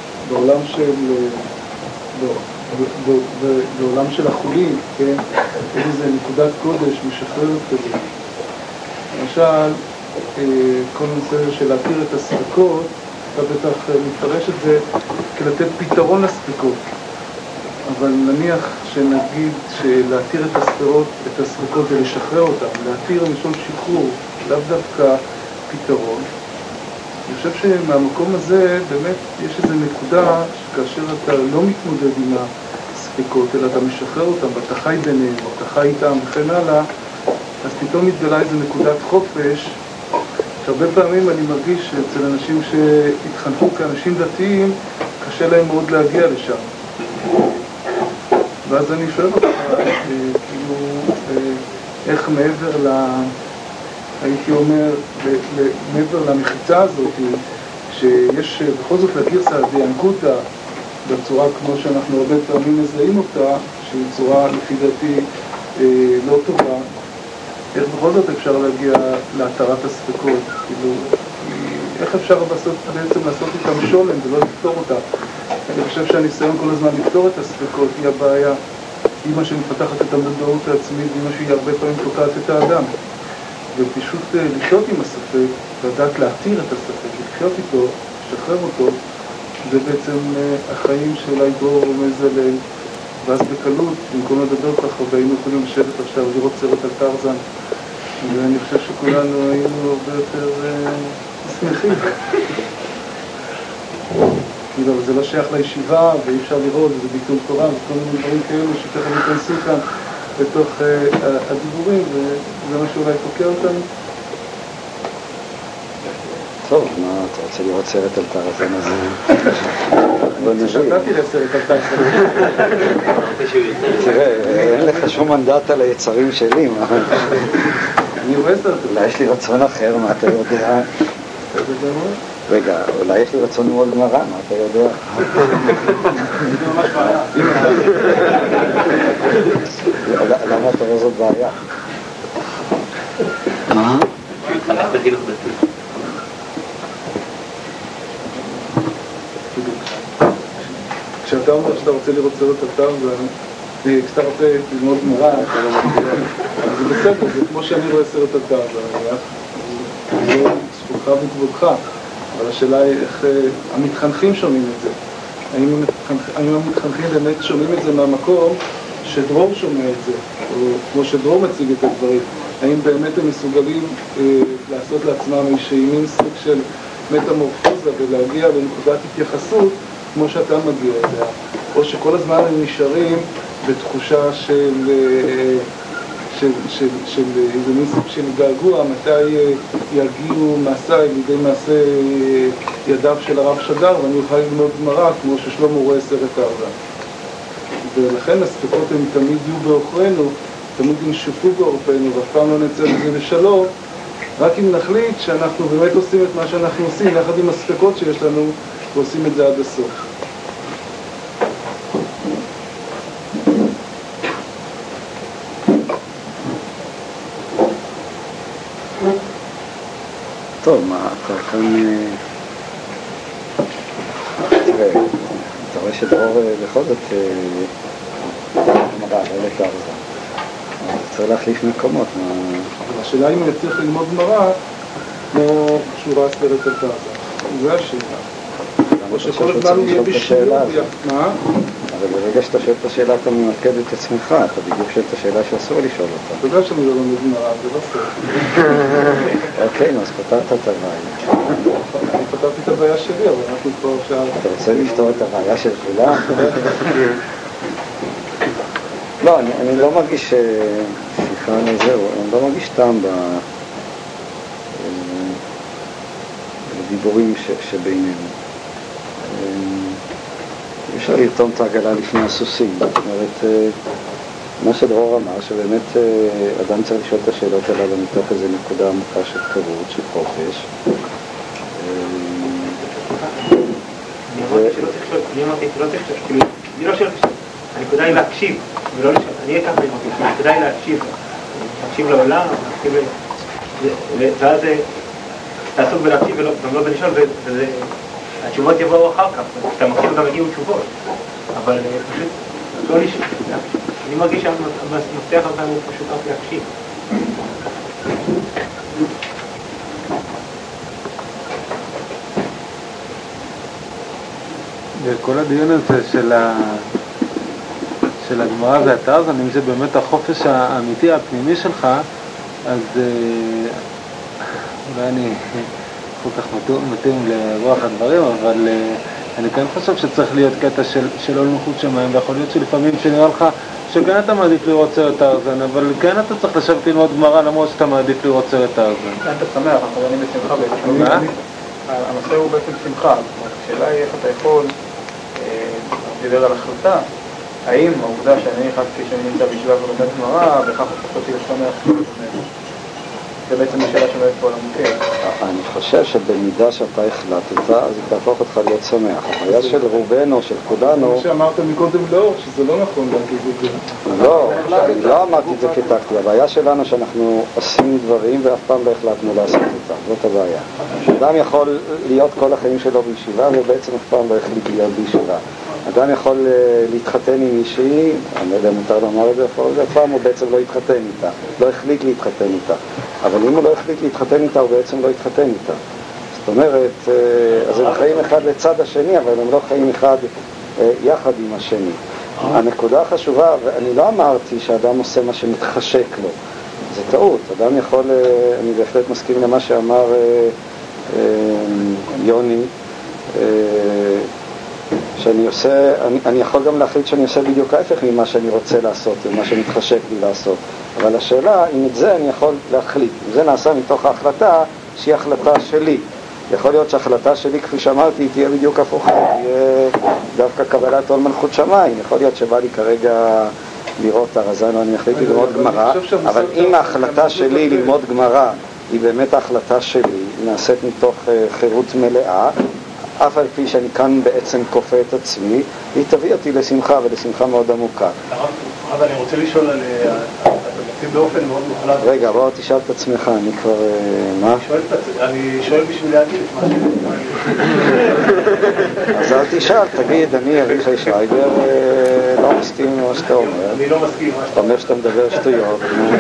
שבעולם של החולים, כן, יש איזה נקודת קודש משחררת כזה. למשל, כל נושא של להתיר את הספקות, אתה בטח מפרש את זה כלתת פתרון לספקות. אבל נניח שנגיד שלהתיר את הספקות ולשחרר אותם, להתיר למשל שחרור, לאו דווקא פתרון. אני חושב שמהמקום הזה באמת יש איזו נקודה שכאשר אתה לא מתמודד עם הספקות, אלא אתה משחרר אותם, ואתה חי ביניהם, או אתה חי איתם וכן הלאה, אז פתאום מתגלה איזו נקודת חופש, שהרבה פעמים אני מרגיש שאצל אנשים שהתחנכו כאנשים דתיים, קשה להם מאוד להגיע לשם. ואז אני שואל אותך, כאילו, איך מעבר הייתי אומר, מעבר למחיצה הזאת, שיש בכל זאת לגרסא דינקותא, בצורה כמו שאנחנו הרבה פעמים מזהים אותה, שהיא צורה לפי דעתי לא טובה, איך בכל זאת אפשר להגיע להתרת הספקות? כאילו, איך אפשר בעצם לעשות איתם שולם ולא לפתור אותה? אני חושב שהניסיון כל הזמן לפתור את הספקות היא הבעיה. אמא שמפתחת את המודעות העצמית, אמא שהיא הרבה פעמים תוקעת את האדם. ופשוט לחיות עם הספק, לדעת להתיר את הספק, לחיות איתו, לשחרר אותו, זה בעצם החיים שאולי דרור רומז עליהם. ואז בקלות, במקום לדבר ככה, והיינו יכולים לשבת עכשיו לראות סרט על טרזן, ואני חושב שכולנו היינו הרבה יותר שמחים. כאילו, זה לא שייך לישיבה, ואי אפשר לראות, זה ביטול תורה, וכל מיני דברים כאלו שככה ניכנסו כאן בתוך הדיבורים, וזה מה שאולי תוקע אותנו. טוב, מה, אתה רוצה לראות סרט על טרזן הזה? שאתה תראה סרט על טרזן. תראה, אין לך שום מנדט על היצרים שלי, מה? אני רואה סרט. אולי יש לי רצון אחר, מה אתה יודע? רגע, אולי יש לי רצון מאוד גמרא, מה אתה יודע? זה ממש בעיה. למה אתה רואה זאת בעיה? מה? חלק בחינוך דתי. כשאתה אומר שאתה רוצה לראות סרט על טרזן, כשאתה רוצה ללמוד גמרא, אתה לא מכיר, אז זה בסדר, זה כמו שאני רואה סרט על טרזן, זה זכותך וכבודך, אבל השאלה היא איך המתחנכים שומעים את זה. האם המתחנכים באמת שומעים את זה מהמקום שדרור שומע את זה, או כמו שדרור מציג את הדברים, האם באמת הם מסוגלים לעשות לעצמם איזושהי מין סוג של מטמורפוזה ולהגיע לנקודת התייחסות כמו שאתה מגיע אליה, או שכל הזמן הם נשארים בתחושה של איזה מין סוג של געגוע, מתי יגיעו מעשיי לידי מעשה ידיו של הרב שדר ואני אוכל ללמוד גמרא כמו ששלמה רואה סרט טרזן. ולכן הספקות הם תמיד יהיו בעוכרינו, תמיד ינשפו בעורפנו ואף פעם לא נצא לזה בשלום, רק אם נחליט שאנחנו באמת עושים את מה שאנחנו עושים יחד עם הספקות שיש לנו ועושים את זה עד הסוף. טוב, מה, אתה כאן... תראה, אתה רואה שדרור בכל זאת גמרא, לא לטרזן. אתה צריך להחליף מקומות. השאלה אם אני צריך ללמוד גמרא כמו שהוא ראה סרט על טרזן. זה השאלה. או שכל הזמן הוא יהיה בשביל... מה? אבל ברגע שאתה שואל את השאלה אתה ממקד את עצמך, אתה בדיוק שואל את השאלה שאסור לשאול אותה. אתה יודע שאני לא לומד גמרא, זה לא סרט. אוקיי, אז פתרת את הבעיה. אני פתרתי את הבעיה שלי, אבל אנחנו כבר עכשיו... אתה רוצה לפתור את הבעיה של כולם? לא, אני לא מרגיש, סליחה על זהו, אני לא מרגיש טעם הדיבורים שבינינו. אי אפשר לרתום את העגלה לפני הסוסים. זאת אומרת, מה שדרור אמר, שבאמת אדם צריך לשאול את השאלות הללו מתוך איזו נקודה עמוקה של חירות, של חופש. אני לא שואל, הנקודה היא להקשיב, ולא לשאול, אני אהיה ככה, הנקודה היא להקשיב לעולם, ואז תעסוק בלהקשיב וגם לא בלשאול, והתשובות יבואו אחר כך, כשאתה מקשיב גם הגיעו תשובות, אבל פשוט לא לשאול, אני מרגיש שהמפתח הזה הוא פשוט רק להקשיב. וכל הדיון הזה של הגמרא והטרזן, אם זה באמת החופש האמיתי הפנימי שלך, אז אולי אני כל כך מתאים לרוח הדברים, אבל אני כן חושב שצריך להיות קטע של עול מלכות שמיים, ויכול להיות שלפעמים שנראה לך שכן אתה מעדיף לראות סרט טרזן, אבל כן אתה צריך לשבת ללמוד גמרא למרות שאתה מעדיף לראות סרט טרזן. אתה שמח, אנחנו עונים בשמחה בעצם. מה? הנושא הוא בעצם שמחה, השאלה היא איך אתה יכול לדבר על החלטה, האם העובדה שאני החלטתי שאני נמצא בישיבה ולומד גמרא, וכך אותי לשמח, זה בעצם השאלה שעומדת פה על המוקד. אני חושב שבמידה שאתה החלטת, אז היא תהפוך אותך להיות שמח. הבעיה של רובנו, של כולנו... כמו שאמרת מקודם לאור, שזה לא נכון להגיד את זה. לא, אני לא אמרתי את זה כטקטי. הבעיה שלנו שאנחנו עושים דברים ואף פעם לא החלטנו לעשות אותם. זאת הבעיה. אדם יכול להיות כל החיים שלו בישיבה ובעצם אף פעם לא החליט להיות בישיבה. אדם יכול להתחתן עם מישהי, אני לא יודע מותר לומר את זה, אף פעם הוא בעצם לא התחתן איתה, לא החליט להתחתן איתה. אבל אם הוא לא החליט להתחתן איתה, הוא בעצם לא התחתן איתה. זאת אומרת, אז הם חיים אחד לצד השני, אבל הם לא חיים אחד יחד עם השני. הנקודה החשובה, ואני לא אמרתי שאדם עושה מה שמתחשק לו, זה טעות. אדם יכול, אני בהחלט מסכים למה שאמר יוני, שאני עושה, אני יכול גם להחליט שאני עושה בדיוק ההפך ממה שאני רוצה לעשות, ממה שמתחשק לי לעשות. אבל השאלה, אם את זה אני יכול להחליט. אם זה נעשה מתוך ההחלטה, שהיא החלטה שלי. יכול להיות שההחלטה שלי, כפי שאמרתי, תהיה בדיוק הפוכה, תהיה דווקא קבלת עול מלכות שמיים. יכול להיות שבא לי כרגע לראות טרזן, או אני החליט ללמוד גמרא, אבל אם ההחלטה שלי ללמוד גמרא היא באמת ההחלטה שלי, נעשית מתוך חירות מלאה, אף על פי שאני כאן בעצם כופה את עצמי, היא תביא אותי לשמחה ולשמחה מאוד עמוקה. אבל אני רוצה לשאול על... אתה מציב באופן מאוד מוחלט. רגע, בוא תשאל את עצמך, אני כבר... מה? אני שואל בשביל להגיד את מה אז אל תשאל, תגיד, אני אביחי שרייבר לא מסכים עם מה שאתה אומר. אני לא מסכים. אתה אומר שאתה מדבר שטויות.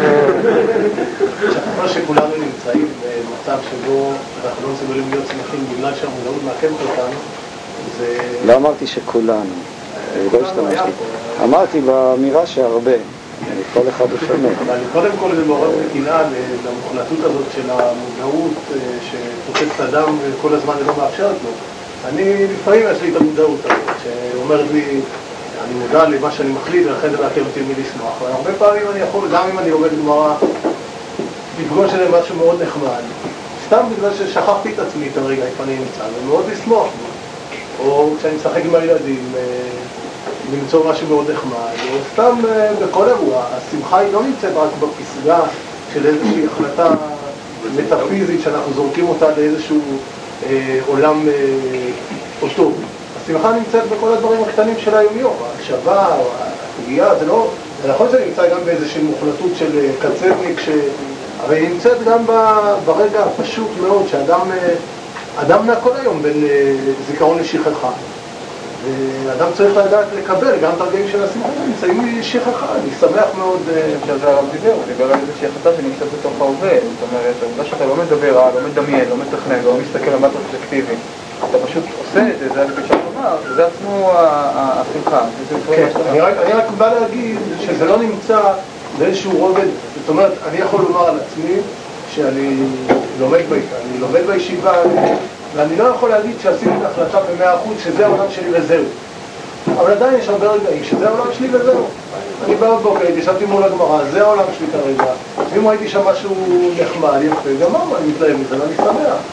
אני חושב שכולנו נמצאים במצב שבו אנחנו לא מסוגלים להיות שמחים בגלל שהמודעות מעכבת אותנו. לא אמרתי שכולנו, לא השתמשתי. אמרתי באמירה שהרבה, כל אחד הוא שונה. אבל קודם כל זה מעורר נתינה למוחלטות הזאת של המודעות שתופסת אדם כל הזמן ולא מאפשרת לו. אני לפעמים יש לי את המודעות הזאת שאומרת לי אני מודע למה שאני מחליט ולכן זה מעכב אותי מלשמוח. אבל הרבה פעמים אני יכול, גם אם אני עובד גמרא, לפגוש עליהם משהו מאוד נחמד, סתם בגלל ששכחתי את עצמי את הרגע איפה אני נמצא, ומאוד לשמוח בו. או כשאני משחק עם הילדים, למצוא משהו מאוד נחמד, או סתם בכל אירוע. השמחה היא לא נמצאת רק בפסגה של איזושהי החלטה מטאפיזית שאנחנו זורקים אותה לאיזשהו עולם אוטופי. השמחה נמצאת בכל הדברים הקטנים של היומיום, ההקשבה או הפגיעה, זה לא... זה נכון שזה נמצא גם באיזושהי מוחלטות של קצבניק, אבל היא נמצאת גם ברגע הפשוט מאוד, שאדם נע כל היום בין זיכרון לשכחה. ואדם צריך לדעת לקבל גם את הרגעים של השמחה, נמצאים לשכחה, אני שמח מאוד. שזה הרב דיבר על איזושהי החלטה שנמצאת בתוך ההווה, זאת אומרת, העובדה שאתה לא מדבר, לא מדמיין, לא מתכנן, לא מסתכל על מבט פרספקטיבי, אתה פשוט עושה את זה, זה הלפי שאתה אומר, וזה עצמו השמחה. אני רק בא להגיד שזה לא נמצא באיזשהו רובד, זאת אומרת, אני יכול לומר על עצמי שאני לומד בישיבה, ואני לא יכול להגיד שעשיתי את ההחלטה ב100% שזה העולם שלי וזהו. אבל עדיין יש הרבה רגעים שזה העולם שלי וזהו. אני בא בבוקר, ישבתי מול הגמרא, זה העולם שלי כרגע. ואם ראיתי שם משהו נחמד, יפה, גם מה אני מתלהב מזה, ואני שמח.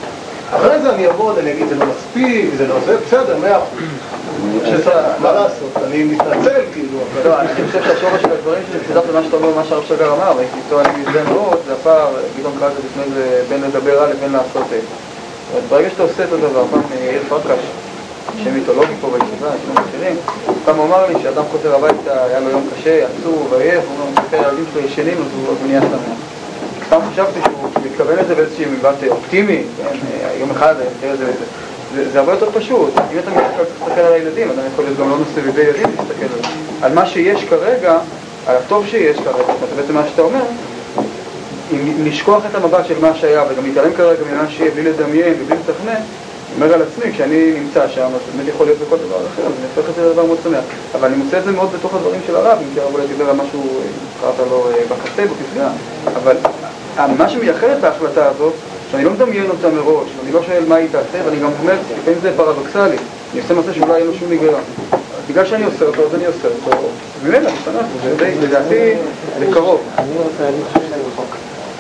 אחרי זה אני אעבוד, אני אגיד, זה לא מספיק, זה לא זה, בסדר, 100%. מה לעשות? אני מתנצל, כאילו. לא, אני חושב שהשורש של הדברים שלי, חיזרת למה שאתה אומר, מה שהרב שגר אמר, איתו אני מזדהה מאוד, זה הפער, גדעון קרא זה לפני זה בין לדבר על לבין לעשות את. ברגע שאתה עושה את הדבר, פעם יאיר פרקש, שם מיתולוגי פה בישיבה, שם אחרים, פעם הוא אמר לי שאדם חוזר הביתה, היה לו יום קשה, עצוב, עייף, הוא אומר, מסתכל, הילדים שלו ישנים, אז הוא נהיה שמח. פעם חשבתי שהוא מתכוון לזה באיזושהי מבט אופטימי, יום אחד, זה הרבה יותר פשוט. אם אתה מסתכל על הילדים, אתה יכול להיות גם לא נושא בידי ילדים להסתכל על מה שיש כרגע, על הטוב שיש כרגע, זה בעצם מה שאתה אומר, אם לשכוח את המבט של מה שהיה וגם להתעלם כרגע ממה שיהיה בלי לדמיין ובלי לתכנן, אני אומר על עצמי, כשאני נמצא שם, אז באמת יכול להיות בכל דבר אחר, אז אני הופך את זה לדבר מאוד שמח. אבל אני מוצא את זה מאוד בתוך הדברים של הרב, אם כי הרב אולי דיבר על משהו, קראת לו בקצה, בפסגה, אבל מה שמייחד את ההחלטה הזאת, שאני לא מדמיין אותה מראש, ואני לא שואל מה היא תעשה, ואני גם אומר, לפעמים זה פרדוקסלי, אני עושה מעשה שאולי אין לו שום היגיון. בגלל שאני עושה אותו, אז אני עושה אותו, וממילא, אני שמח, זה לדעתי לקרוב. אני רוצה להגיד שאני רחוק.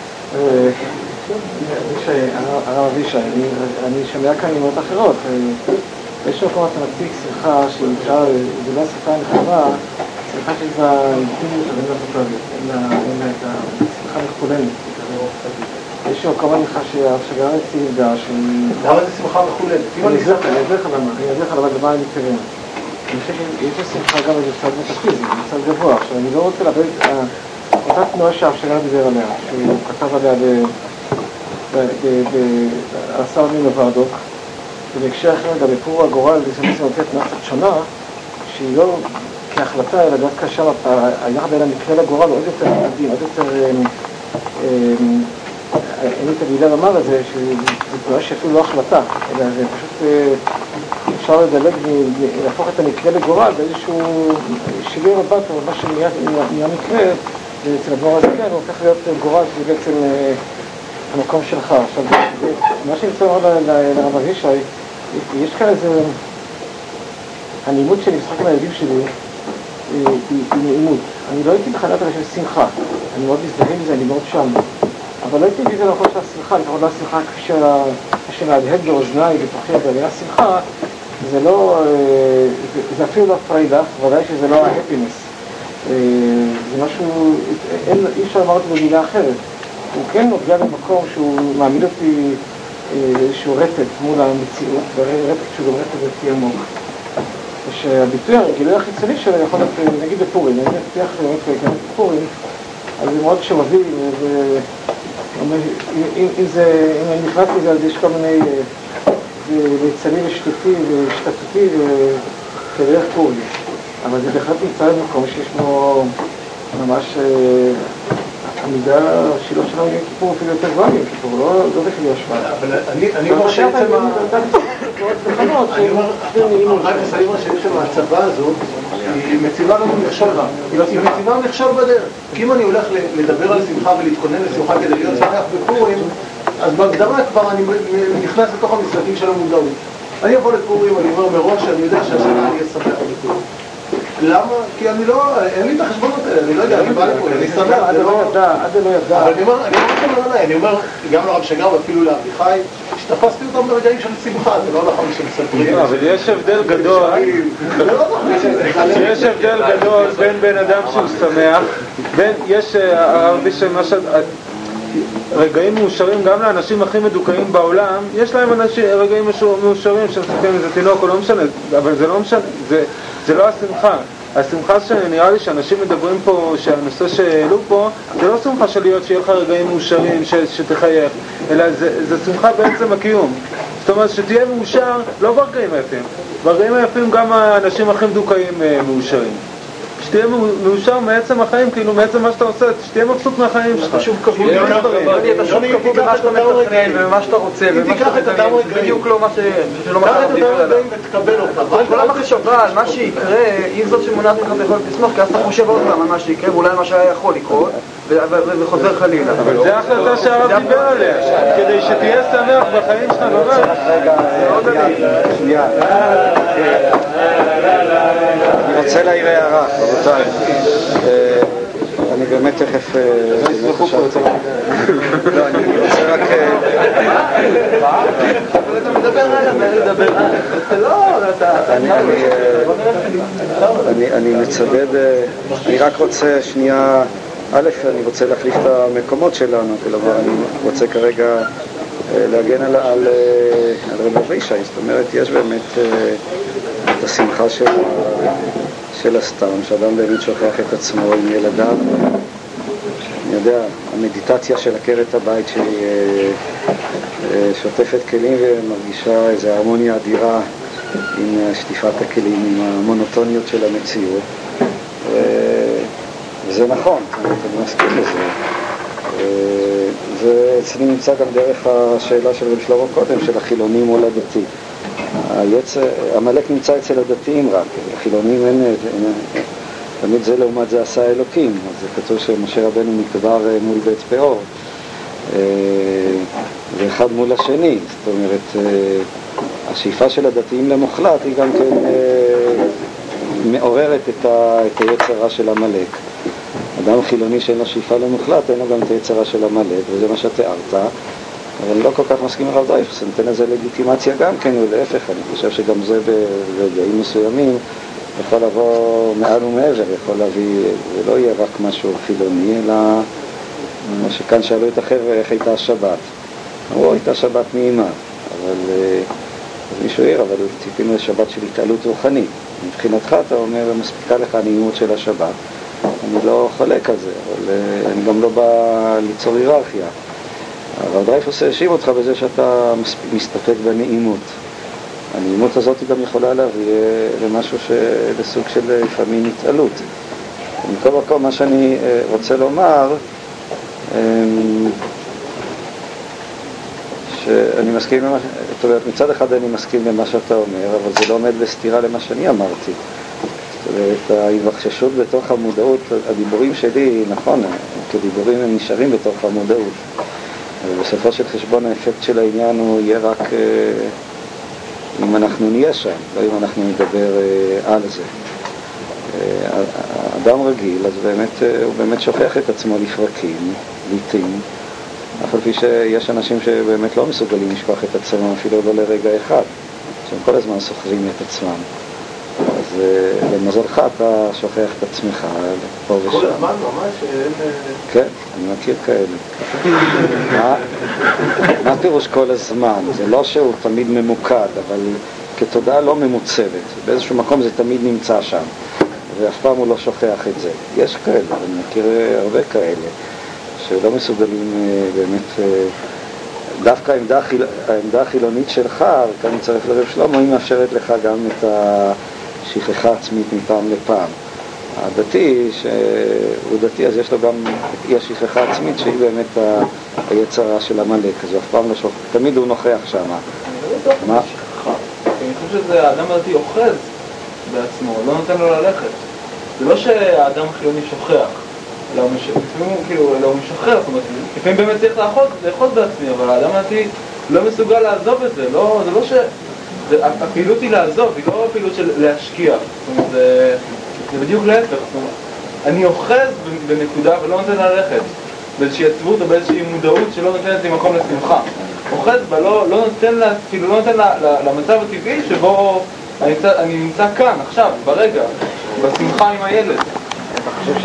הרב אבישי, אני שומע כאן אמרות אחרות. יש מקום אתה מציג שיחה שנקרא, זה לא שיחה נכונה, שיחה שיש בה אינטימיות, אבל אין לה פוטובית, אין לה את השיחה מחולנת. יש מקום הליכה שהרב שגר הציג דה שהיא... למה זה שמחה מחולנת? אני אסביר לך למה אני מתכוון. אני חושב שיש לו שמחה גם איזה צד מטאפיזי, צד גבוה. עכשיו, אני לא רוצה לאבד אותה תנועה שהרב שגר דיבר עליה, שהוא כתב עליה בעשר ימים בוועדות, ובהקשר אחר גם בפור הגורל, זה בעצם נותנת תנועה קצת שונה, שהיא לא כהחלטה, אלא דווקא שם היחד בין המקרה לגורל עוד יותר עדין, עוד יותר... אין לי את המילה לומר את זה, שזה תנועה שאפילו לא החלטה, אלא זה פשוט אפשר לדלג ולהפוך את המקרה לגורל באיזשהו שווה רבת, או מה שנהיה מקרה, ואצל הדבר הזה כן, הוא הופך להיות גורל, שזה בעצם המקום שלך. עכשיו, מה שאני רוצה לומר לרב אבישי, יש כאן איזה... הנעימות שאני משחק עם הילדים שלי היא נעימות. אני לא הייתי בכלל של שמחה, אני מאוד מזדהה מזה, אני מאוד שם. אבל לא הייתי מזה לאחור של השמחה, לפחות לא השמחה כפי שמהדהד באוזניי בתוכי בראייה שמחה, זה לא, זה אפילו לא פריידה, ודאי שזה לא ההפינס. זה משהו, אי אפשר לומר אותו במילה אחרת. הוא כן נוגע במקום שהוא מעמיד אותי איזשהו רטט מול המציאות, ורטט שהוא גם רטט דתי עמוק. ושהביטוי הרגילי החיצוני שלו יכול להיות, נגיד בפורים, אני מבטיח באמת כאן בפורים, אז זה מאוד שואבי, אם אני נכנס לזה, אז יש כל מיני ליצני ושטותי ושתתותי וכדרך פורים. אבל זה בהחלט נמצא במקום שיש בו ממש המידה שלו שלנו יהיה כיפור אפילו יותר גבוהה יהיה כיפור, לא בכלי השוואה. אבל אני אומר שעצם ההצבה הזאת היא מציבה לנו מכשול רע. היא מציבה מכשול בדרך. כי אם אני הולך לדבר על שמחה ולהתכונן לשמחה כדי להיות שמח בפורים, אז בהקדמה כבר אני נכנס לתוך המשחקים של המודעות. אני אבוא לפורים, אני אומר מראש שאני יודע שהשנה אני אהיה שמח בפורים. למה? כי אני לא, אין לי את החשבונות האלה, אני לא יודע, אני בא לפה, אני שמח, זה לא... עד זה לא ידע. אבל אני אומר גם לרב שגר ואפילו לאביחי, שתפסתי אותם ברגעים של שמחה, זה לא נכון שמספרים. אבל יש הבדל גדול, יש הבדל גדול בין בן אדם שהוא שמח, יש הרב למשל, רגעים מאושרים גם לאנשים הכי מדוכאים בעולם, יש להם רגעים מאושרים שמסתכלים איזה תינוק או לא משנה, אבל זה לא משנה, זה לא השמחה. השמחה שנראה לי שאנשים מדברים פה, שהנושא שהעלו פה, זה לא שמחה של להיות שיהיה לך רגעים מאושרים, שתחייך, אלא זה שמחה בעצם הקיום. זאת אומרת שתהיה מאושר לא ברגעים היפים, ברגעים היפים גם האנשים הכי מדוכאים מאושרים. שתהיה מאושר מעצם החיים, כאילו מעצם מה שאתה עושה, שתהיה מבסוט מהחיים שלך. אתה שוב קבוע במה שאתה מתכנן ובמה שאתה רוצה ובמה שאתה מתכנן, זה בדיוק לא מה שלא מה שאתה דיבר עליו. כל המחשבה על מה שיקרה היא זאת שמונעת ממך ביכולת לשמוח, כי אז אתה חושב עוד פעם על מה שיקרה ואולי מה שהיה יכול לקרות וחוזר חלילה. אבל זה ההחלטה שהרב דיבר עליה, כדי שתהיה שמח בחיים שלך בבית. שנייה. אני רוצה להעיר הערה, רבותיי. אני באמת תכף... לא, אני רוצה רק... אתה מדבר אני מצדד... אני רק רוצה שנייה... א', אני רוצה להחליף את המקומות שלנו, כלומר, אני רוצה כרגע להגן על רב אבישי, זאת אומרת, יש באמת את השמחה של הסתם, שאדם באמת שוכח את עצמו עם ילדיו. אני יודע, המדיטציה של עקרת הבית שהיא שוטפת כלים ומרגישה איזו הרמוניה אדירה עם שטיפת הכלים, עם המונוטוניות של המציאות. וזה נכון, אני מסכים לזה. ואצלי נמצא גם דרך השאלה של רב שלמה קודם, של החילונים מול הדתי. המלאק נמצא אצל הדתיים רק, החילונים אין, תמיד זה לעומת זה עשה אלוקים, אז זה כתוב שמשה רבנו נקבר מול בית פאור, ואחד מול השני, זאת אומרת, השאיפה של הדתיים למוחלט היא גם כן מעוררת את היצרה של המלאק. אדם חילוני שאין לו שאיפה למוחלט, אין לו גם את היצרה של המלאק, וזה מה שתיארת. אבל אני לא כל כך מסכים עם הרב דרייפוס, אני נותן לזה לגיטימציה גם כן, ולהפך, אני חושב שגם זה ברגעים מסוימים יכול לבוא מעל ומעבר, יכול להביא, זה לא יהיה רק משהו חילוני, אלא מה שכאן שאלו את החבר'ה איך הייתה השבת. אמרו, הייתה שבת נעימה, אבל מישהו העיר, אבל ציפינו לשבת של התעלות רוחנית. מבחינתך אתה אומר, מספיקה לך הנעימות של השבת. אני לא חולק על זה, אבל אני גם לא בא ליצור היררכיה. הרב דרייפוס האשים אותך בזה שאתה מסתפק בנעימות. הנעימות הזאת גם יכולה להביא למשהו לסוג של לפעמים התעלות. מכל מקום, מה שאני רוצה לומר, שאני מסכים למה, זאת אומרת, מצד אחד אני מסכים למה שאתה אומר, אבל זה לא עומד בסתירה למה שאני אמרתי. זאת אומרת, ההיווכששות בתוך המודעות, הדיבורים שלי, נכון, כדיבורים הם נשארים בתוך המודעות. ובסופו של חשבון האפקט של העניין הוא יהיה רק אם אנחנו נהיה שם, לא אם אנחנו נדבר על זה. אדם רגיל, אז הוא באמת שוכח את עצמו לפרקים, לעתים, אף על פי שיש אנשים שבאמת לא מסוגלים לשכוח את עצמם, אפילו לא לרגע אחד, שהם כל הזמן סוחרים את עצמם. אז למזלך אתה שוכח את עצמך פה ושם. כל הזמן ממש אין... כן, אני מכיר כאלה. מה פירוש כל הזמן? זה לא שהוא תמיד ממוקד, אבל כתודעה לא ממוצבת. באיזשהו מקום זה תמיד נמצא שם, ואף פעם הוא לא שוכח את זה. יש כאלה, אני מכיר הרבה כאלה, שלא מסוגלים באמת... דווקא העמדה החילונית שלך, וכאן אני צריך לרב שלמה, היא מאפשרת לך גם את השכחה עצמית מפעם לפעם. הדתי, שהוא דתי, אז יש לו גם אי השכחה עצמית, שהיא באמת היצרה של המלאק, אז הוא אף פעם לא שוכח, תמיד הוא נוכח שם. מה? אני חושב שזה האדם הדתי אוחז בעצמו, לא נותן לו ללכת. זה לא שהאדם החילוני שוכח, אלא הוא משחרר, זאת אומרת, לפעמים באמת צריך לאחוז בעצמי, אבל האדם הדתי לא מסוגל לעזוב את זה, זה לא ש... הפעילות היא לעזוב, היא לא הפעילות של להשקיע, זאת אומרת, זה בדיוק להפך, זאת אומרת, אני אוחז בנקודה ולא נותן ללכת, באיזושהי עצבות או באיזושהי מודעות שלא נותנת לי מקום לשמחה. אוחז בה, לא נותן למצב הטבעי שבו אני נמצא כאן, עכשיו, ברגע, בשמחה עם הילד. אתה חושב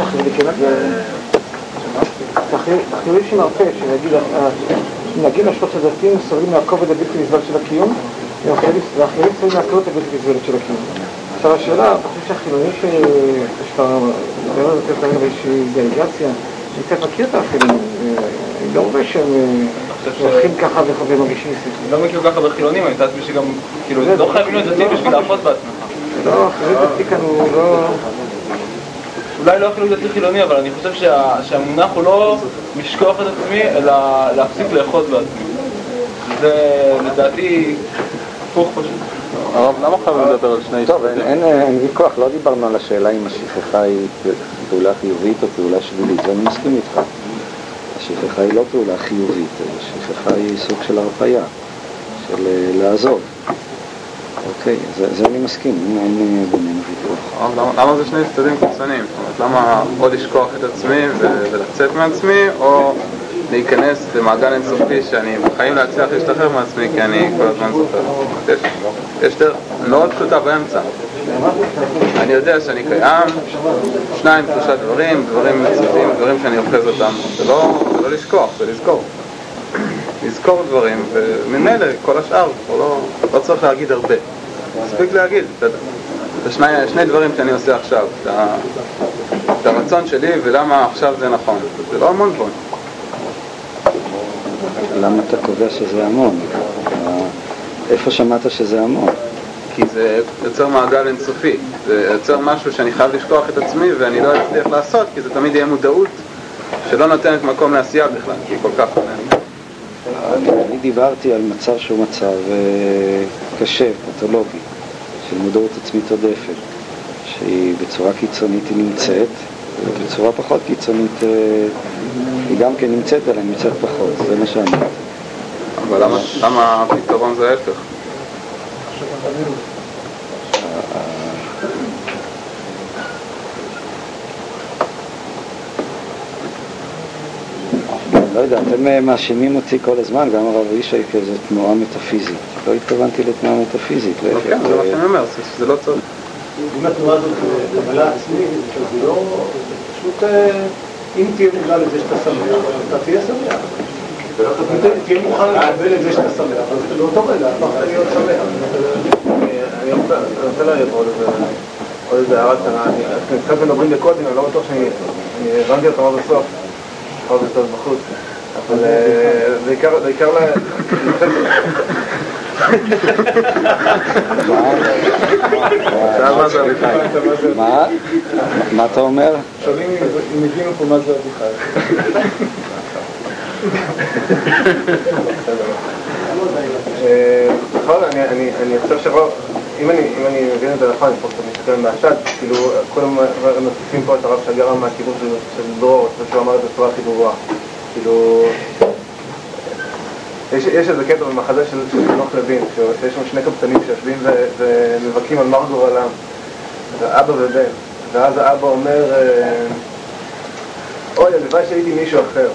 שהחילולי שמרפא, שנגיד השפות הדתיים סובלים מהכובד הבלתי נסבל של הקיום, והחילולים סובלים מהקלות הבלתי נסבלת של הקיום. עכשיו השאלה, אתה חושב שהחילוני שאתה מדבר על זה כרגע באיזושהי דלגציה, אני קצת מכיר את החילונים, אני לא רואה שהם הולכים ככה ומרגישים סיפור. אני לא מכיר ככה בחילונים, אני תעצמי שגם, כאילו, לא חייבים להיות דתי בשביל להפות בעצמך. לא, חילוני דתי כאן הוא לא... אולי לא אפילו דתי חילוני, אבל אני חושב שהמונח הוא לא לשכוח את עצמי, אלא להפסיק לאחוז בעצמי. זה לדעתי הפוך פשוט. הרב, למה חייבים לדבר על שני... טוב, אין ויכוח, לא דיברנו על השאלה אם השכחה היא פעולה חיובית או פעולה שלילית, זה אני מסכים איתך. השכחה היא לא פעולה חיובית, השכחה היא סוג של הרפאיה, של לעזוב. אוקיי, זה אני מסכים, אין בינינו ויכוח. למה זה שני צדדים קיצוניים? זאת אומרת, למה או לשכוח את עצמי ולצאת מעצמי, או להיכנס למעגל אינסופי שאני בחיים להצליח להשתחרר מעצמי כי אני כל הזמן זוכר. יש דרך מאוד פשוטה באמצע. אני יודע שאני קיים, 2-3 דברים מציאותיים, דברים שאני אוחז אותם. זה לא לשכוח, זה לזכור. לזכור דברים, וממילא כל השאר, לא צריך להגיד הרבה. מספיק להגיד, זה שני דברים שאני עושה עכשיו. את הרצון שלי ולמה עכשיו זה נכון. זה לא המון דברים. למה אתה קובע שזה המון? איפה שמעת שזה המון? כי זה יוצר מעגל אינסופי. זה יוצר משהו שאני חייב לשכוח את עצמי ואני לא אצליח לעשות, כי זה תמיד יהיה מודעות שלא נותנת מקום לעשייה בכלל, כי היא כל כך עונה. אני דיברתי על מצב שהוא מצב קשה, פתולוגי, של מודעות עצמית עודפת, שהיא בצורה קיצונית היא נמצאת, ובצורה פחות קיצונית היא גם כן נמצאת, אבל היא נמצאת פחות, זה מה שאני אומר. אבל למה הפתרון זה ההפך? לא יודע, אתם מאשימים אותי כל הזמן, גם הרב ישי כאיזו תנועה מטאפיזית. לא התכוונתי לתנועה מטאפיזית. כן, זה מה שאני אומר, זה לא צריך. אם התנועה הזאת קבלה עצמית, זה לא פשוט, אם תהיה מודע לזה שאתה שמח, אתה תהיה שמח. תהיה מוכן לקבל את זה שאתה שמח, אז באותו רגע, הפכת להיות שמח. אני רוצה להגיד עוד איזה הערה קטנה. אתם קצת מדברים בקודים, אני לא בטוח שאני הבנתי אותם עד הסוף. עוד קצת בחוץ. אבל בעיקר מה אתה אומר? שואלים אם הבינו פה מה זה אביחי. נכון, אני חושב שרוב, אם אני מבין את זה נכון, אני פה קצת מסתכל מהשד, כאילו כולם מוסיפים פה את הרב שגרם מהכיוון של דרור, שהוא אמר את זה בצורה הכי ברורה. כאילו, יש איזה קטע במחזה של חנוך לוין, שיש שם שני קבצנים שיושבים ומבכים על מר גורלם, אבא ובן, ואז האבא אומר, אוי, הלוואי שהייתי מישהו אחר.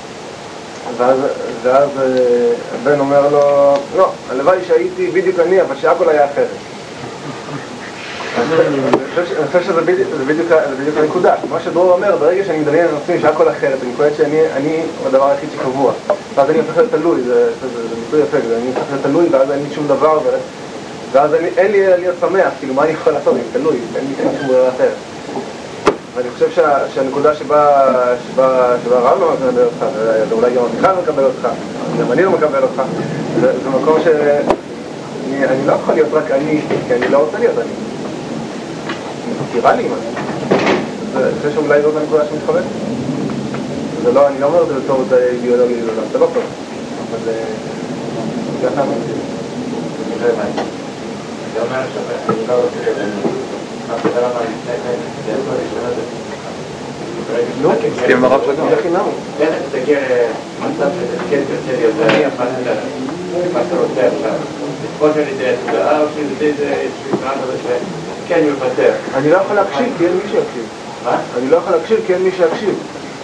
ואז הבן אומר לו, לא, הלוואי שהייתי בדיוק אני, אבל שהכל היה אחרת. אני חושב שזה בדיוק הנקודה. מה שדרור אומר, ברגע שאני מדמיין על עצמי שהכל אחרת, אני קוראת שאני הדבר היחיד שקבוע. ואז אני הופך להיות תלוי, זה ביטוי יפה, אני הופך להיות תלוי, ואז אין לי שום דבר, ואז אין לי להיות שמח, כאילו מה אני יכול לעשות, אני תלוי, אין לי שום ברירה אחרת. ואני חושב שהנקודה שבה הרב לא מקבל אותך, ואולי גם אביחי לא מקבל אותך, גם אני לא מקבל אותך, זה מקום שאני לא יכול להיות רק אני, כי אני לא רוצה להיות אני. אני מכירה לי משהו. אני חושב שאולי זאת הנקודה שמתחבאת. זה לא, אני לא אומר את זה בתור אידיאולוגיה גדולה, זה לא טוב. אבל זה ככה אמרתי. זה אומר שאני לא רוצה לא, כי הם הרב שגם. איך תגיע למצב שתפקד יותר יותר מה שאתה רוצה עכשיו? או שלידי התודעה או שלידי זה שמירה כזה שכן מוותר. אני לא יכול להקשיב כי אין מי שיקשיב. מה? אני לא יכול להקשיב כי אין מי שיקשיב.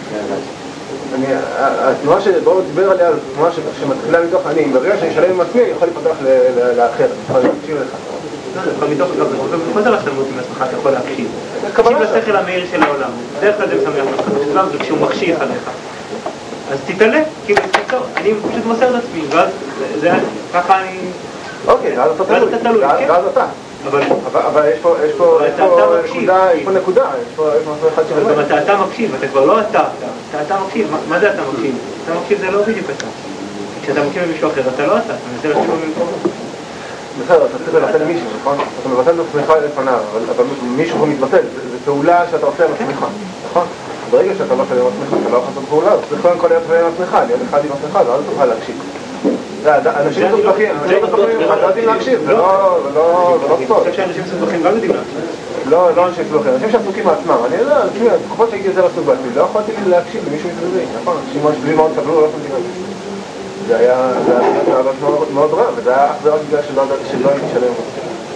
התנועה שבואו דיבר עליה, התנועה שמתחילה מתוך אני, ברגע שאני אשלם עם עצמי, אני יכול לפתח לאחר, אני יכול להקשיב לך. מתוך זה חוזר לשלמות עם עצמך, אתה יכול להקשיב. תקשיב לשכל המהיר של העולם, דרך כלל זה משמח לך, בכלל זה כשהוא מחשיך עליך. אז תתעלה, כאילו, אני פשוט מוסר את עצמי, ואז זה ככה אני... אוקיי, ואז אתה תלוי, ואז אתה. אבל יש פה נקודה, יש פה משהו אחד אבל גם אתה מקשיב, אתה כבר לא אתה מקשיב, מה זה אתה מקשיב? אתה מקשיב זה לא בדיוק אתה. כשאתה מקשיב למישהו אחר, אתה לא אתה מנסה להקשיב במקומו. בסדר, אתה צריך לבטל מישהו, נכון? אתה מבטל את עצמך לפניו, אבל מישהו מתבטל, זו פעולה שאתה עושה על עצמך, נכון? ברגע שאתה לא שלם עם עצמך, אתה לא יכול לעשות פעולה, אז צריך קודם כל להיות שלם עם עצמך, להיות אחד עם עצמך, ואז תוכל להקשיב. אנשים מסובכים, לא יודעים להקשיב, זה לא ספורט. אני חושב שאנשים מסובכים גם יודעים להקשיב. לא אנשים מסובכים, אנשים שעסוקים מעצמם. אני יודע, תקופות שהייתי יותר עסוק בעצמי, לא יכולתי להקשיב למישהו מסביבי, נכון? אנשים מסביבי מאוד סבלו, לא שמתי לב. זה היה מאוד רע, וזה היה אך ורק בגלל שלא הייתי שלם.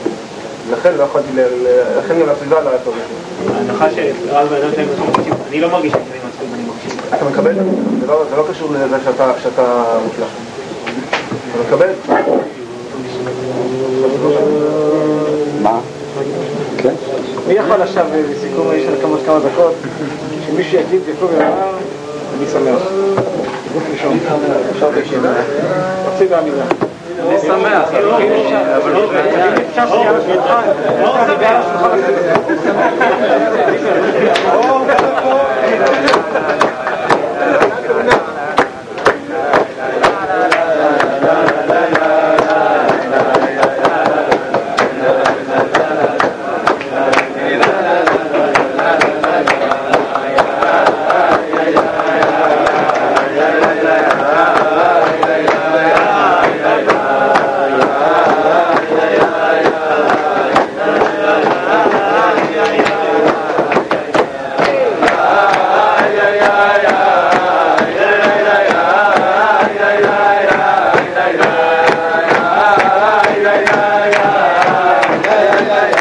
לכן לא יכולתי, לכן גם הסביבה לא היה טוב. ההנחה שרק באדם שהם מקשיב, אני לא מרגיש שאני מצחיק ואני מקשיב. אתה מקבל? זה לא קשור לזה שאתה מוצלח. אתה מקבל? מה? כן? מי יכול עכשיו בסיכום, יש לנו כמה דקות, שמישהו יגיד יקום ויאמר, אני שמח. גוף ראשון. עכשיו בישיבה. תוציא בעמידה. אני שמח, אבל אפשר שנייה לשולחן. Yeah.